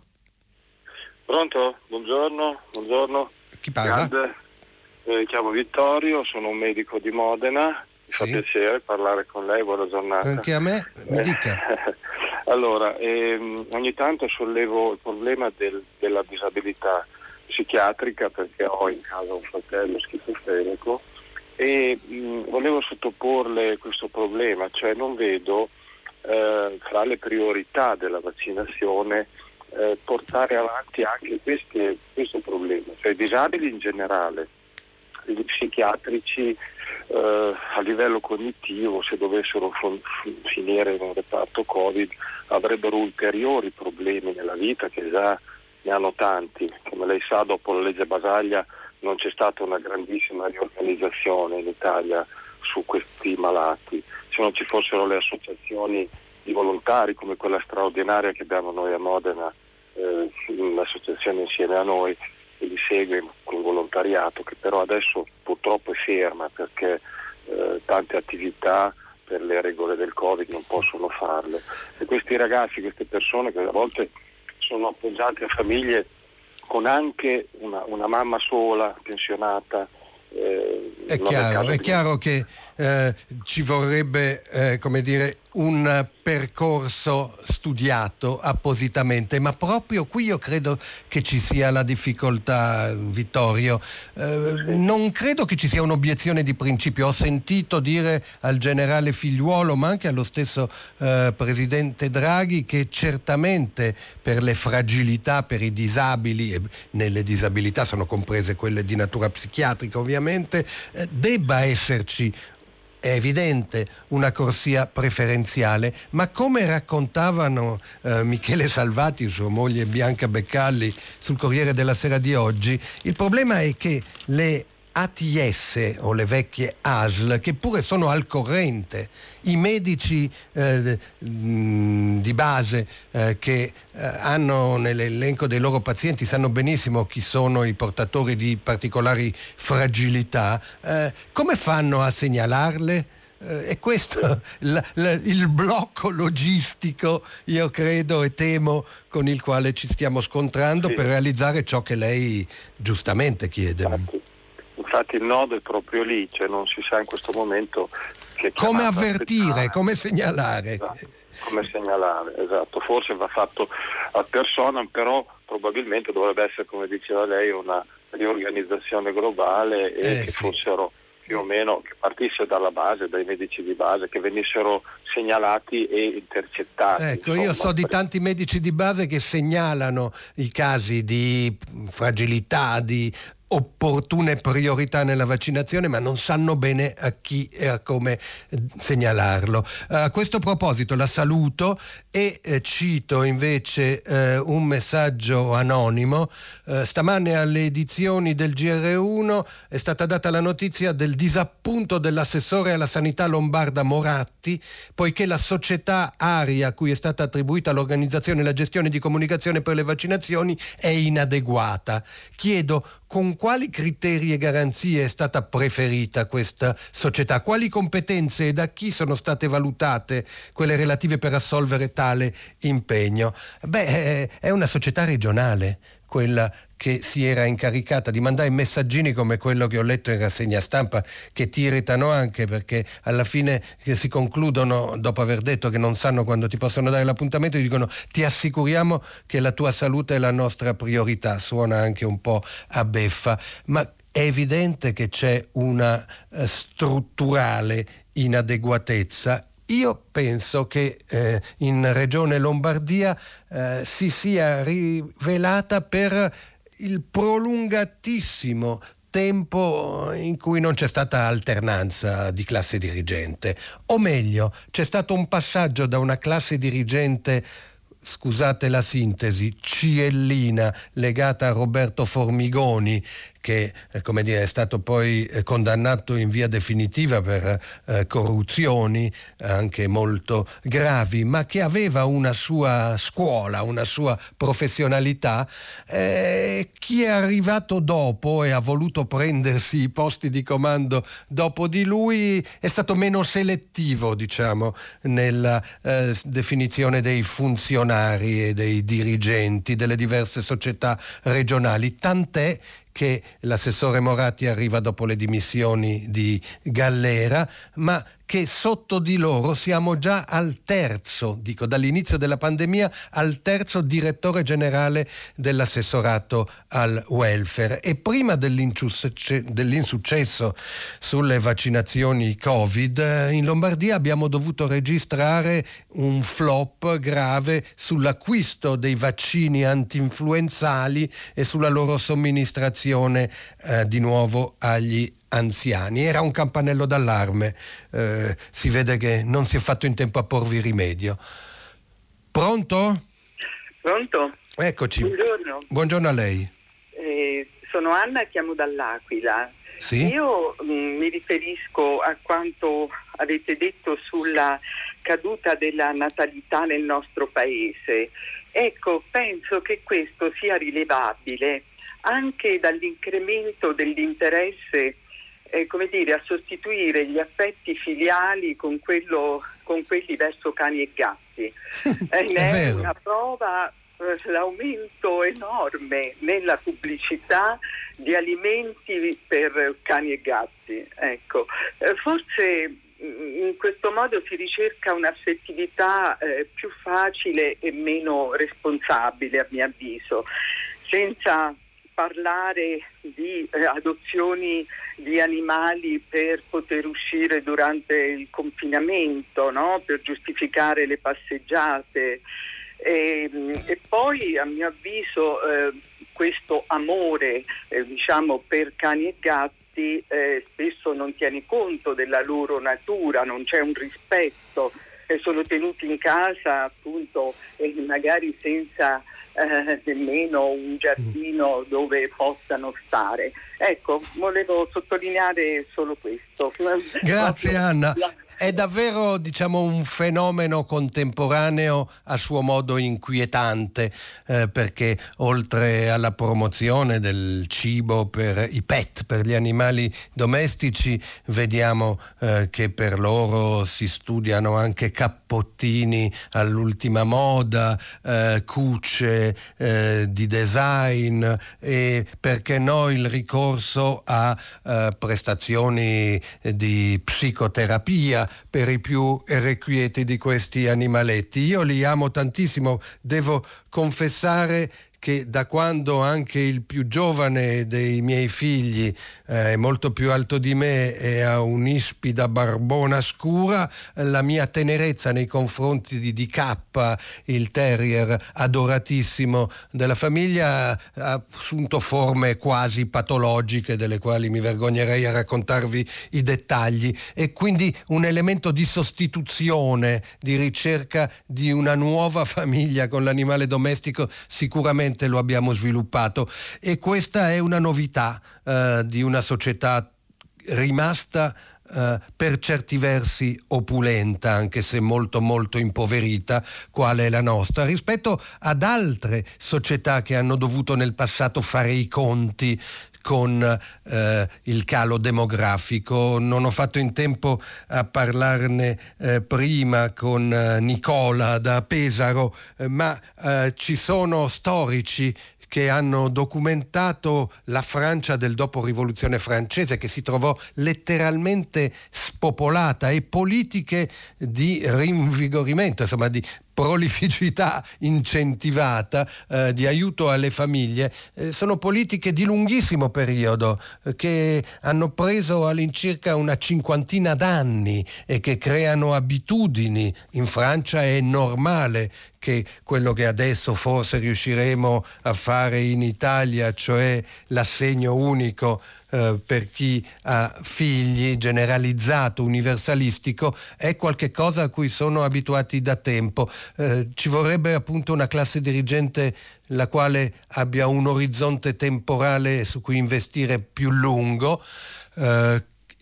Pronto? Buongiorno, buongiorno. Chi parla? Eh, mi chiamo Vittorio, sono un medico di Modena, mi Sì. fa piacere parlare con lei, buona giornata. Anche a me, mi dica. Allora, ehm, ogni tanto sollevo il problema del, della disabilità psichiatrica, perché ho in casa un fratello schizofrenico e mh, volevo sottoporle questo problema, cioè non vedo eh, fra le priorità della vaccinazione eh, portare avanti anche queste, questo problema, cioè i disabili in generale, gli psichiatrici eh, a livello cognitivo, se dovessero f- f- finire in un reparto Covid, avrebbero ulteriori problemi nella vita, che già ne hanno tanti. Come lei sa, dopo la legge Basaglia non c'è stata una grandissima riorganizzazione in Italia su questi malati. Se non ci fossero le associazioni di volontari come quella straordinaria che abbiamo noi a Modena, eh, un'associazione insieme a noi che li segue con volontariato, che però adesso purtroppo è ferma perché eh, tante attività per le regole del Covid non possono farle. E questi ragazzi, queste persone che a volte sono appoggiate a famiglie con anche una, una mamma sola, pensionata. Eh, è chiaro, è chiaro che eh, ci vorrebbe, eh, come dire, un percorso studiato appositamente, ma proprio qui io credo che ci sia la difficoltà, Vittorio. Eh, non credo che ci sia un'obiezione di principio. Ho sentito dire al generale Figliuolo, ma anche allo stesso eh, presidente Draghi, che certamente per le fragilità, per i disabili, e nelle disabilità sono comprese quelle di natura psichiatrica ovviamente, eh, debba esserci, è evidente, una corsia preferenziale, ma come raccontavano eh, Michele Salvati e sua moglie Bianca Beccalli sul Corriere della Sera di oggi, il problema è che le A T S o le vecchie A S L, che pure sono al corrente, i medici eh, di base eh, che eh, hanno nell'elenco dei loro pazienti, sanno benissimo chi sono i portatori di particolari fragilità, eh, come fanno a segnalarle? Eh, e questo l- l- il blocco logistico, io credo e temo, con il quale ci stiamo scontrando, sì, per realizzare ciò che lei giustamente chiede. Infatti. Infatti il nodo è proprio lì, cioè non si sa in questo momento che come avvertire, come segnalare. Esatto, come segnalare, esatto. Forse va fatto a persona, però probabilmente dovrebbe essere, come diceva lei, una riorganizzazione globale e eh, che sì. fossero più o meno, che partisse dalla base, dai medici di base, che venissero segnalati e intercettati. Ecco, insomma. io so di tanti medici di base che segnalano i casi di fragilità, di opportune priorità nella vaccinazione, ma non sanno bene a chi e a come segnalarlo. A questo proposito la saluto e eh, cito invece eh, un messaggio anonimo. Eh, stamane alle edizioni del G R uno è stata data la notizia del disappunto dell'assessore alla sanità lombarda Moratti, poiché la società Aria, a cui è stata attribuita l'organizzazione e la gestione di comunicazione per le vaccinazioni, è inadeguata. Chiedo con quali criteri e garanzie è stata preferita questa società? Quali competenze e da chi sono state valutate quelle relative per assolvere tale impegno? Beh, è una società regionale quella che si era incaricata di mandare messaggini come quello che ho letto in rassegna stampa, che ti irritano anche perché alla fine che si concludono, dopo aver detto che non sanno quando ti possono dare l'appuntamento, dicono: ti assicuriamo che la tua salute è la nostra priorità. Suona anche un po' a beffa, ma è evidente che c'è una eh, strutturale inadeguatezza. Io penso che eh, in Regione Lombardia eh, si sia rivelata per il prolungatissimo tempo in cui non c'è stata alternanza di classe dirigente. O meglio, c'è stato un passaggio da una classe dirigente, scusate la sintesi, ciellina, legata a Roberto Formigoni, che eh, come dire, è stato poi eh, condannato in via definitiva per eh, corruzioni anche molto gravi, ma che aveva una sua scuola, una sua professionalità. Eh, chi è arrivato dopo e ha voluto prendersi i posti di comando dopo di lui è stato meno selettivo, diciamo, nella eh, definizione dei funzionari e dei dirigenti delle diverse società regionali, tant'è che l'assessore Moratti arriva dopo le dimissioni di Gallera, ma che sotto di loro siamo già al terzo, dico dall'inizio della pandemia, al terzo direttore generale dell'assessorato al welfare. E prima dell'insuccesso sulle vaccinazioni Covid, in Lombardia abbiamo dovuto registrare un flop grave sull'acquisto dei vaccini antinfluenzali e sulla loro somministrazione eh, di nuovo agli anziani. Era un campanello d'allarme, eh, si vede che non si è fatto in tempo a porvi rimedio. Pronto? Pronto? Eccoci. Buongiorno. Buongiorno a lei. Eh, sono Anna, chiamo dall'Aquila. Sì? Io mh, mi riferisco a quanto avete detto sulla caduta della natalità nel nostro paese. Ecco, penso che questo sia rilevabile anche dall'incremento dell'interesse eh, come dire, a sostituire gli affetti filiali con, quello, con quelli verso cani e gatti. È, è vero. Una prova eh, l'aumento enorme nella pubblicità di alimenti per cani e gatti. Ecco, eh, forse in questo modo si ricerca un'affettività eh, più facile e meno responsabile, a mio avviso, senza parlare di eh, adozioni di animali per poter uscire durante il confinamento, no? Per giustificare le passeggiate. E, e poi, a mio avviso, eh, questo amore eh, diciamo per cani e gatti eh, spesso non tiene conto della loro natura, non c'è un rispetto, eh, sono tenuti in casa appunto e magari senza eh, nemmeno un giardino dove possano stare. Ecco, volevo sottolineare solo questo. Grazie Anna. È davvero, diciamo, un fenomeno contemporaneo a suo modo inquietante, eh, perché oltre alla promozione del cibo per i pet, per gli animali domestici, vediamo eh, che per loro si studiano anche cappottini all'ultima moda, eh, cucce eh, di design e, perché no, il ricorso a eh, prestazioni di psicoterapia per i più irrequieti di questi animaletti. Io li amo tantissimo, devo confessare che da quando anche il più giovane dei miei figli eh, è molto più alto di me e ha un'ispida barbona scura, la mia tenerezza nei confronti di D K, il terrier adoratissimo della famiglia, ha assunto forme quasi patologiche delle quali mi vergognerei a raccontarvi i dettagli, e quindi un elemento di sostituzione, di ricerca di una nuova famiglia con l'animale domestico sicuramente lo abbiamo sviluppato, e questa è una novità eh, di una società rimasta eh, per certi versi opulenta, anche se molto molto impoverita, quale è la nostra, rispetto ad altre società che hanno dovuto nel passato fare i conti con eh, il calo demografico. Non ho fatto in tempo a parlarne eh, prima con eh, Nicola da Pesaro, eh, ma eh, ci sono storici che hanno documentato la Francia del dopo rivoluzione francese, che si trovò letteralmente spopolata, e politiche di rinvigorimento, insomma di prolificità incentivata, eh, di aiuto alle famiglie, eh, sono politiche di lunghissimo periodo eh, che hanno preso all'incirca una cinquantina d'anni e che creano abitudini. In Francia è normale che quello che adesso forse riusciremo a fare in Italia, cioè l'assegno unico eh, per chi ha figli, generalizzato, universalistico, è qualche cosa a cui sono abituati da tempo. Eh, ci vorrebbe appunto una classe dirigente la quale abbia un orizzonte temporale su cui investire più lungo, eh,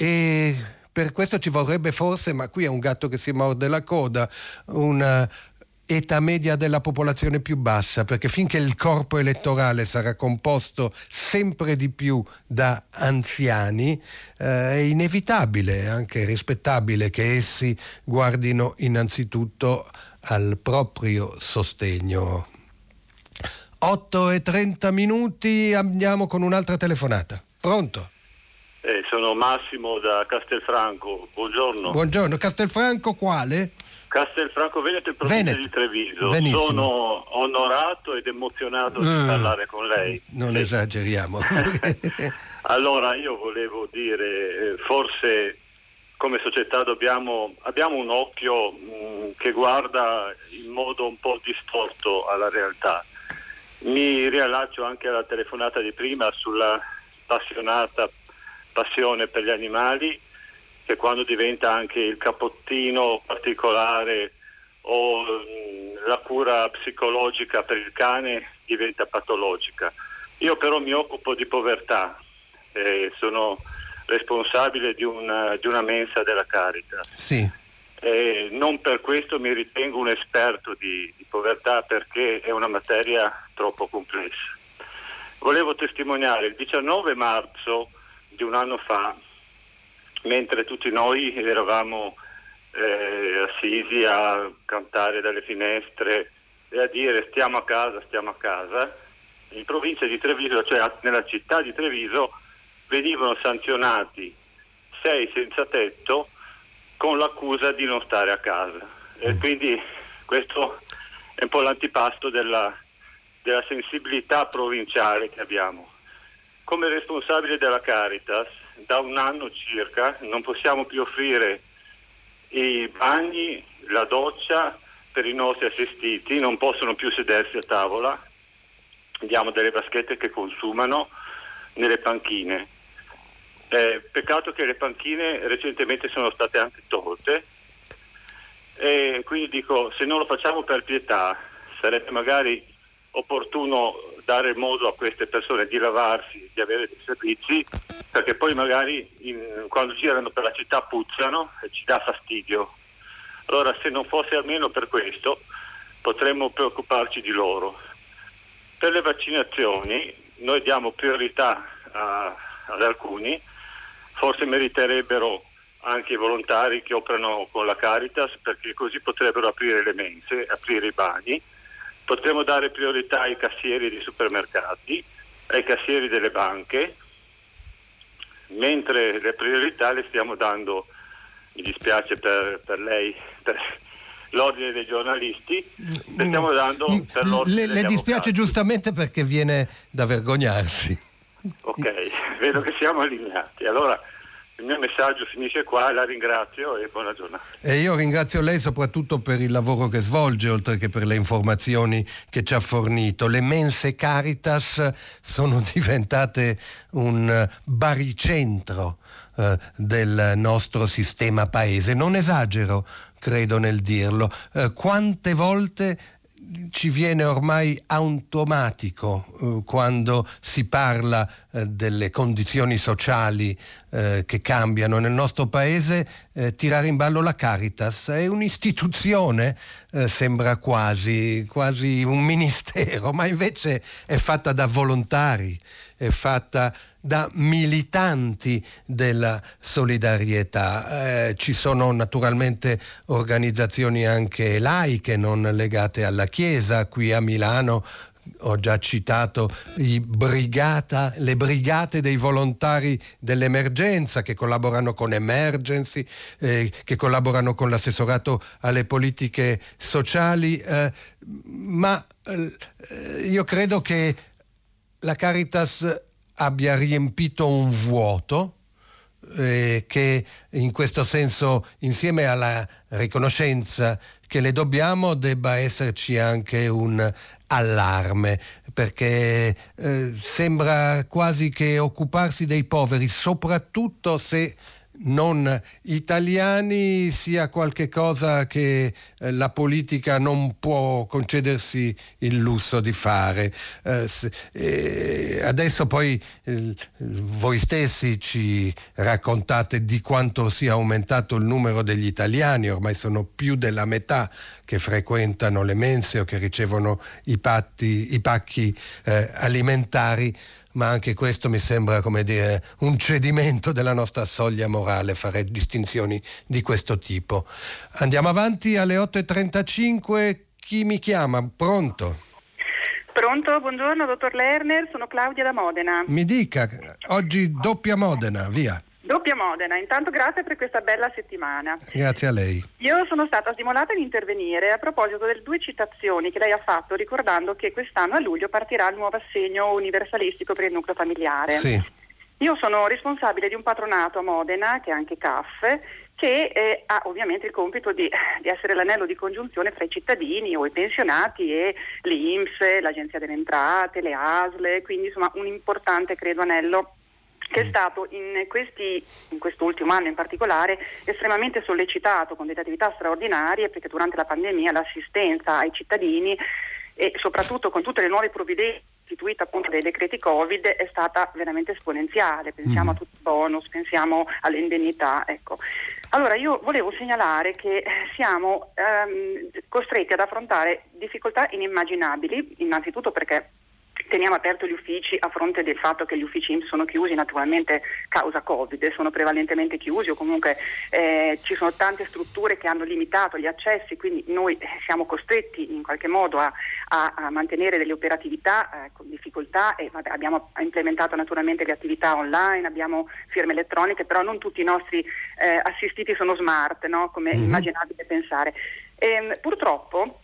e per questo ci vorrebbe forse, ma qui è un gatto che si morde la coda, una età media della popolazione più bassa, perché finché il corpo elettorale sarà composto sempre di più da anziani, eh, è inevitabile, anche rispettabile, che essi guardino innanzitutto al proprio sostegno. otto e trenta minuti, andiamo con un'altra telefonata. Pronto? Eh, sono Massimo da Castelfranco, buongiorno. Buongiorno, Castelfranco quale? Castelfranco Veneto e provincia Veneto. di Treviso. Benissimo. Sono onorato ed emozionato di Uh, parlare con lei. Non Sì. esageriamo. Allora, io volevo dire, eh, forse come società dobbiamo, abbiamo un occhio mh, che guarda in modo un po' distorto alla realtà. Mi riallaccio anche alla telefonata di prima sulla spassionata passione per gli animali, che quando diventa anche il cappottino particolare o mh, la cura psicologica per il cane diventa patologica. Io però mi occupo di povertà, eh, sono responsabile di una, di una mensa della Caritas. Sì. Eh, non per questo mi ritengo un esperto di, di povertà, perché è una materia troppo complessa. Volevo testimoniare il diciannove marzo di un anno fa, mentre tutti noi eravamo eh, assisi a cantare dalle finestre e a dire stiamo a casa, stiamo a casa, in provincia di Treviso, cioè nella città di Treviso, venivano sanzionati sei senza tetto con l'accusa di non stare a casa. E quindi questo è un po' l'antipasto della, della sensibilità provinciale che abbiamo. Come responsabile della Caritas, da un anno circa non possiamo più offrire i bagni, la doccia per i nostri assistiti, non possono più sedersi a tavola, diamo delle vaschette che consumano nelle panchine. Eh, peccato che le panchine recentemente sono state anche tolte, e quindi dico, se non lo facciamo per pietà, sarebbe magari opportuno dare modo a queste persone di lavarsi, di avere dei servizi, perché poi magari in, quando girano per la città puzzano e ci dà fastidio. Allora, se non fosse almeno per questo, potremmo preoccuparci di loro. Per le vaccinazioni noi diamo priorità a, ad alcuni, forse meriterebbero anche i volontari che operano con la Caritas, perché così potrebbero aprire le mense, aprire i bagni. Potremmo dare priorità ai cassieri dei supermercati, ai cassieri delle banche, mentre le priorità le stiamo dando, mi dispiace per, per lei, per l'ordine dei giornalisti, le stiamo dando per l'ordine le, degli le dispiace avvocati. Giustamente, perché viene da vergognarsi. Ok, vedo che siamo allineati. Allora il mio messaggio finisce qua, la ringrazio e buona giornata. E io ringrazio lei soprattutto per il lavoro che svolge, oltre che per le informazioni che ci ha fornito. Le mense Caritas sono diventate un baricentro eh, del nostro sistema paese. Non esagero, credo, nel dirlo. Eh, quante volte ci viene ormai automatico eh, quando si parla eh, delle condizioni sociali eh, che cambiano nel nostro paese, eh, tirare in ballo la Caritas. È un'istituzione, eh, sembra quasi, quasi un ministero, ma invece è fatta da volontari, è fatta da militanti della solidarietà. Eh, ci sono naturalmente organizzazioni anche laiche, non legate alla Chiesa. Qui a Milano ho già citato i brigata, le brigate dei volontari dell'emergenza, che collaborano con Emergency, eh, che collaborano con l'assessorato alle politiche sociali, eh, ma eh, io credo che la Caritas abbia riempito un vuoto, eh, che in questo senso, insieme alla riconoscenza che le dobbiamo, debba esserci anche un allarme, perché eh, sembra quasi che occuparsi dei poveri, soprattutto se non italiani, sia qualche cosa che eh, la politica non può concedersi il lusso di fare. Eh, se, eh, adesso poi eh, voi stessi ci raccontate di quanto sia aumentato il numero degli italiani, ormai sono più della metà che frequentano le mense o che ricevono i, patti, i pacchi eh, alimentari. Ma anche questo mi sembra, come dire, un cedimento della nostra soglia morale, fare distinzioni di questo tipo. Andiamo avanti alle otto e trentacinque. Chi mi chiama? Pronto? Pronto, buongiorno dottor Lerner, sono Claudia da Modena. Mi dica, oggi doppia Modena, via. Doppia Modena, intanto grazie per questa bella settimana. Grazie a lei. Io sono stata stimolata ad intervenire a proposito delle due citazioni che lei ha fatto, ricordando che quest'anno a luglio partirà il nuovo assegno universalistico per il nucleo familiare. Sì. Io sono responsabile di un patronato a Modena, che è anche C A F, che eh, ha ovviamente il compito di, di essere l'anello di congiunzione fra i cittadini o i pensionati e l'I N P S, l'Agenzia delle Entrate, le A S L E, quindi insomma un importante, credo, anello che è stato in, questi, in quest'ultimo anno in particolare estremamente sollecitato con delle attività straordinarie, perché durante la pandemia l'assistenza ai cittadini e soprattutto con tutte le nuove provvidenze istituite appunto dai decreti Covid è stata veramente esponenziale. Pensiamo mm. a tutti i bonus, pensiamo alle indennità, ecco. Allora io volevo segnalare che siamo ehm, costretti ad affrontare difficoltà inimmaginabili, innanzitutto perché teniamo aperto gli uffici a fronte del fatto che gli uffici I N P S sono chiusi, naturalmente causa Covid, sono prevalentemente chiusi o comunque eh, ci sono tante strutture che hanno limitato gli accessi, quindi noi siamo costretti in qualche modo a, a, a mantenere delle operatività eh, con difficoltà e vabbè, abbiamo implementato naturalmente le attività online, abbiamo firme elettroniche, però non tutti i nostri eh, assistiti sono smart, no? Come è mm-hmm. immaginabile pensare. E, purtroppo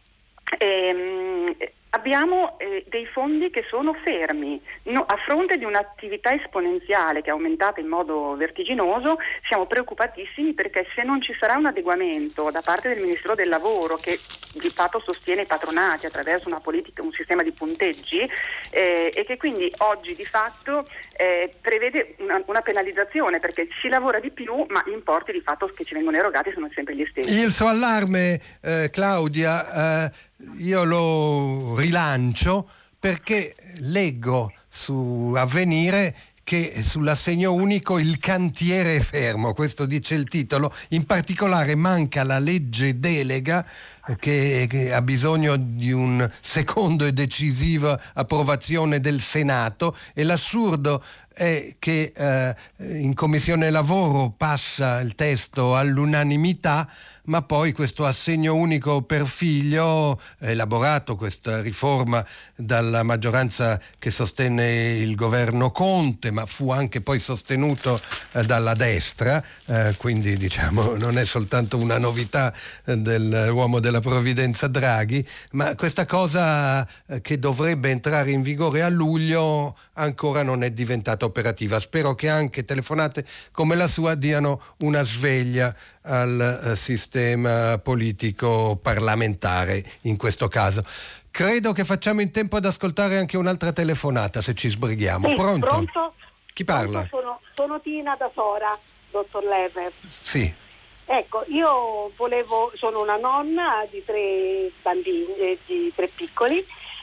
ehm, abbiamo eh, dei fondi che sono fermi, no, a fronte di un'attività esponenziale che è aumentata in modo vertiginoso. Siamo preoccupatissimi perché se non ci sarà un adeguamento da parte del Ministero del Lavoro, che di fatto sostiene i patronati attraverso una politica, un sistema di punteggi eh, e che quindi oggi di fatto eh, prevede una, una penalizzazione perché si lavora di più ma gli importi di fatto che ci vengono erogati sono sempre gli stessi. Il suo allarme, eh, Claudia, eh, io lo rilancio perché leggo su Avvenire che sull'assegno unico il cantiere è fermo, questo dice il titolo. In particolare manca la legge delega che, che ha bisogno di un secondo e decisiva approvazione del Senato, e l'assurdo è che eh, in Commissione Lavoro passa il testo all'unanimità, ma poi questo assegno unico per figlio, elaborato questa riforma dalla maggioranza che sostenne il governo Conte, ma fu anche poi sostenuto eh, dalla destra, eh, quindi diciamo non è soltanto una novità eh, dell'uomo della provvidenza Draghi, ma questa cosa eh, che dovrebbe entrare in vigore a luglio ancora non è diventata operativa. Spero che anche telefonate come la sua diano una sveglia al eh, sistema politico parlamentare in questo caso. Credo che facciamo in tempo ad ascoltare anche un'altra telefonata, se ci sbrighiamo. Sì, pronto? pronto? Chi parla? Pronto, sono, sono Tina da Sora, dottor Lerner. Sì. Ecco, io volevo, sono una nonna di tre bambini, eh, di tre piccoli,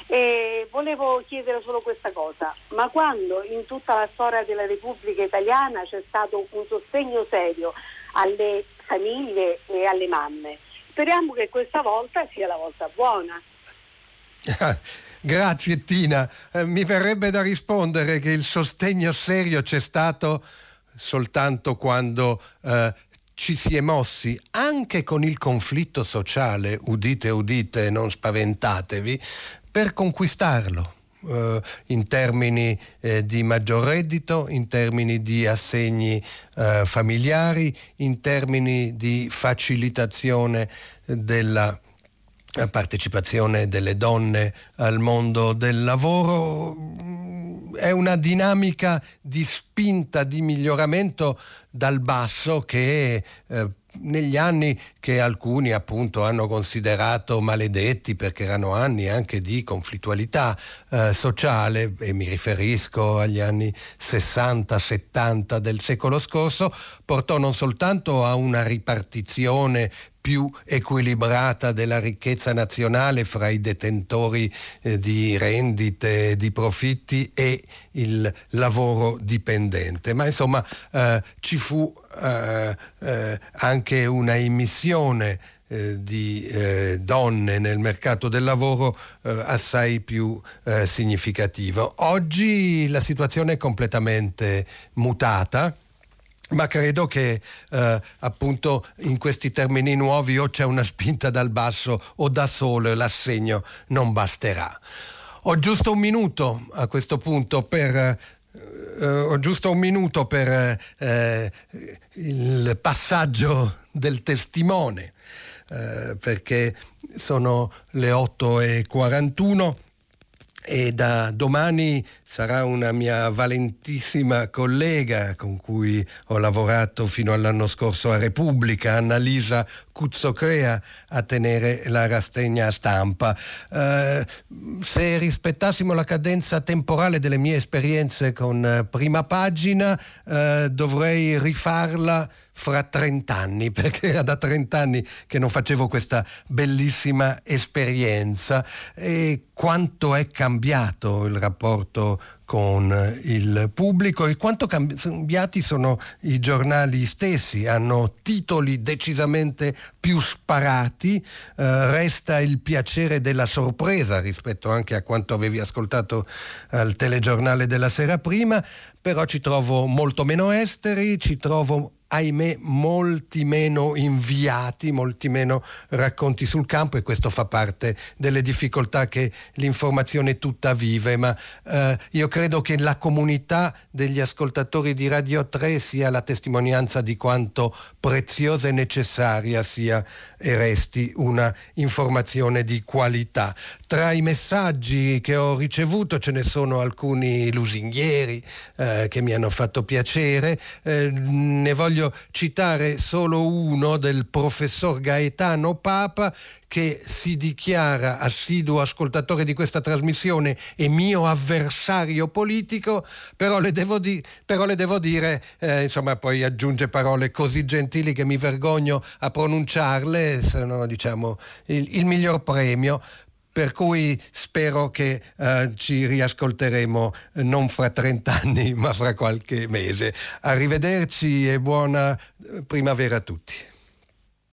e volevo chiedere solo questa cosa: ma quando in tutta la storia della Repubblica Italiana c'è stato un sostegno serio alle famiglie e alle mamme? Speriamo che questa volta sia la volta buona. Grazie Tina, eh, mi verrebbe da rispondere che il sostegno serio c'è stato soltanto quando eh, ci si è mossi anche con il conflitto sociale, udite udite, non spaventatevi, per conquistarlo. Uh, in termini eh, di maggior reddito, in termini di assegni uh, familiari, in termini di facilitazione della partecipazione delle donne al mondo del lavoro. È una dinamica di spinta, di miglioramento dal basso che eh, negli anni che alcuni appunto hanno considerato maledetti perché erano anni anche di conflittualità eh, sociale, e mi riferisco agli anni sessanta settanta del secolo scorso, portò non soltanto a una ripartizione più equilibrata della ricchezza nazionale fra i detentori eh, di rendite, di profitti e il lavoro dipendente, ma insomma eh, ci fu eh, eh, anche una immissione eh, di eh, donne nel mercato del lavoro eh, assai più eh, significativa. Oggi la situazione è completamente mutata, ma credo che eh, appunto in questi termini nuovi o c'è una spinta dal basso o da solo l'assegno non basterà. Ho giusto un minuto a questo punto per eh, ho giusto un minuto per eh, il passaggio del testimone, eh, perché sono le otto e quarantuno. E da domani sarà una mia valentissima collega con cui ho lavorato fino all'anno scorso a Repubblica, Annalisa Cuzzocrea, a tenere la rassegna stampa. Eh, se rispettassimo la cadenza temporale delle mie esperienze con Prima Pagina, eh, dovrei rifarla fra trent'anni, perché era da trent'anni che non facevo questa bellissima esperienza, e quanto è cambiato il rapporto con il pubblico e quanto cambiati sono i giornali stessi. Hanno titoli decisamente più sparati, eh, resta il piacere della sorpresa rispetto anche a quanto avevi ascoltato al telegiornale della sera prima, però ci trovo molto meno esteri, ci trovo ahimè molti meno inviati, molti meno racconti sul campo, e questo fa parte delle difficoltà che l'informazione tutta vive, ma eh, io credo che la comunità degli ascoltatori di Radio tre sia la testimonianza di quanto preziosa e necessaria sia e resti una informazione di qualità. Tra i messaggi che ho ricevuto ce ne sono alcuni lusinghieri eh, che mi hanno fatto piacere, eh, ne voglio citare solo uno del professor Gaetano Papa, che si dichiara assiduo ascoltatore di questa trasmissione e mio avversario politico, però le devo, di- però le devo dire, eh, insomma, poi aggiunge parole così gentili che mi vergogno a pronunciarle, sono, diciamo, il, il miglior premio. Per cui spero che eh, ci riascolteremo eh, non fra trent'anni ma fra qualche mese. Arrivederci e buona primavera a tutti.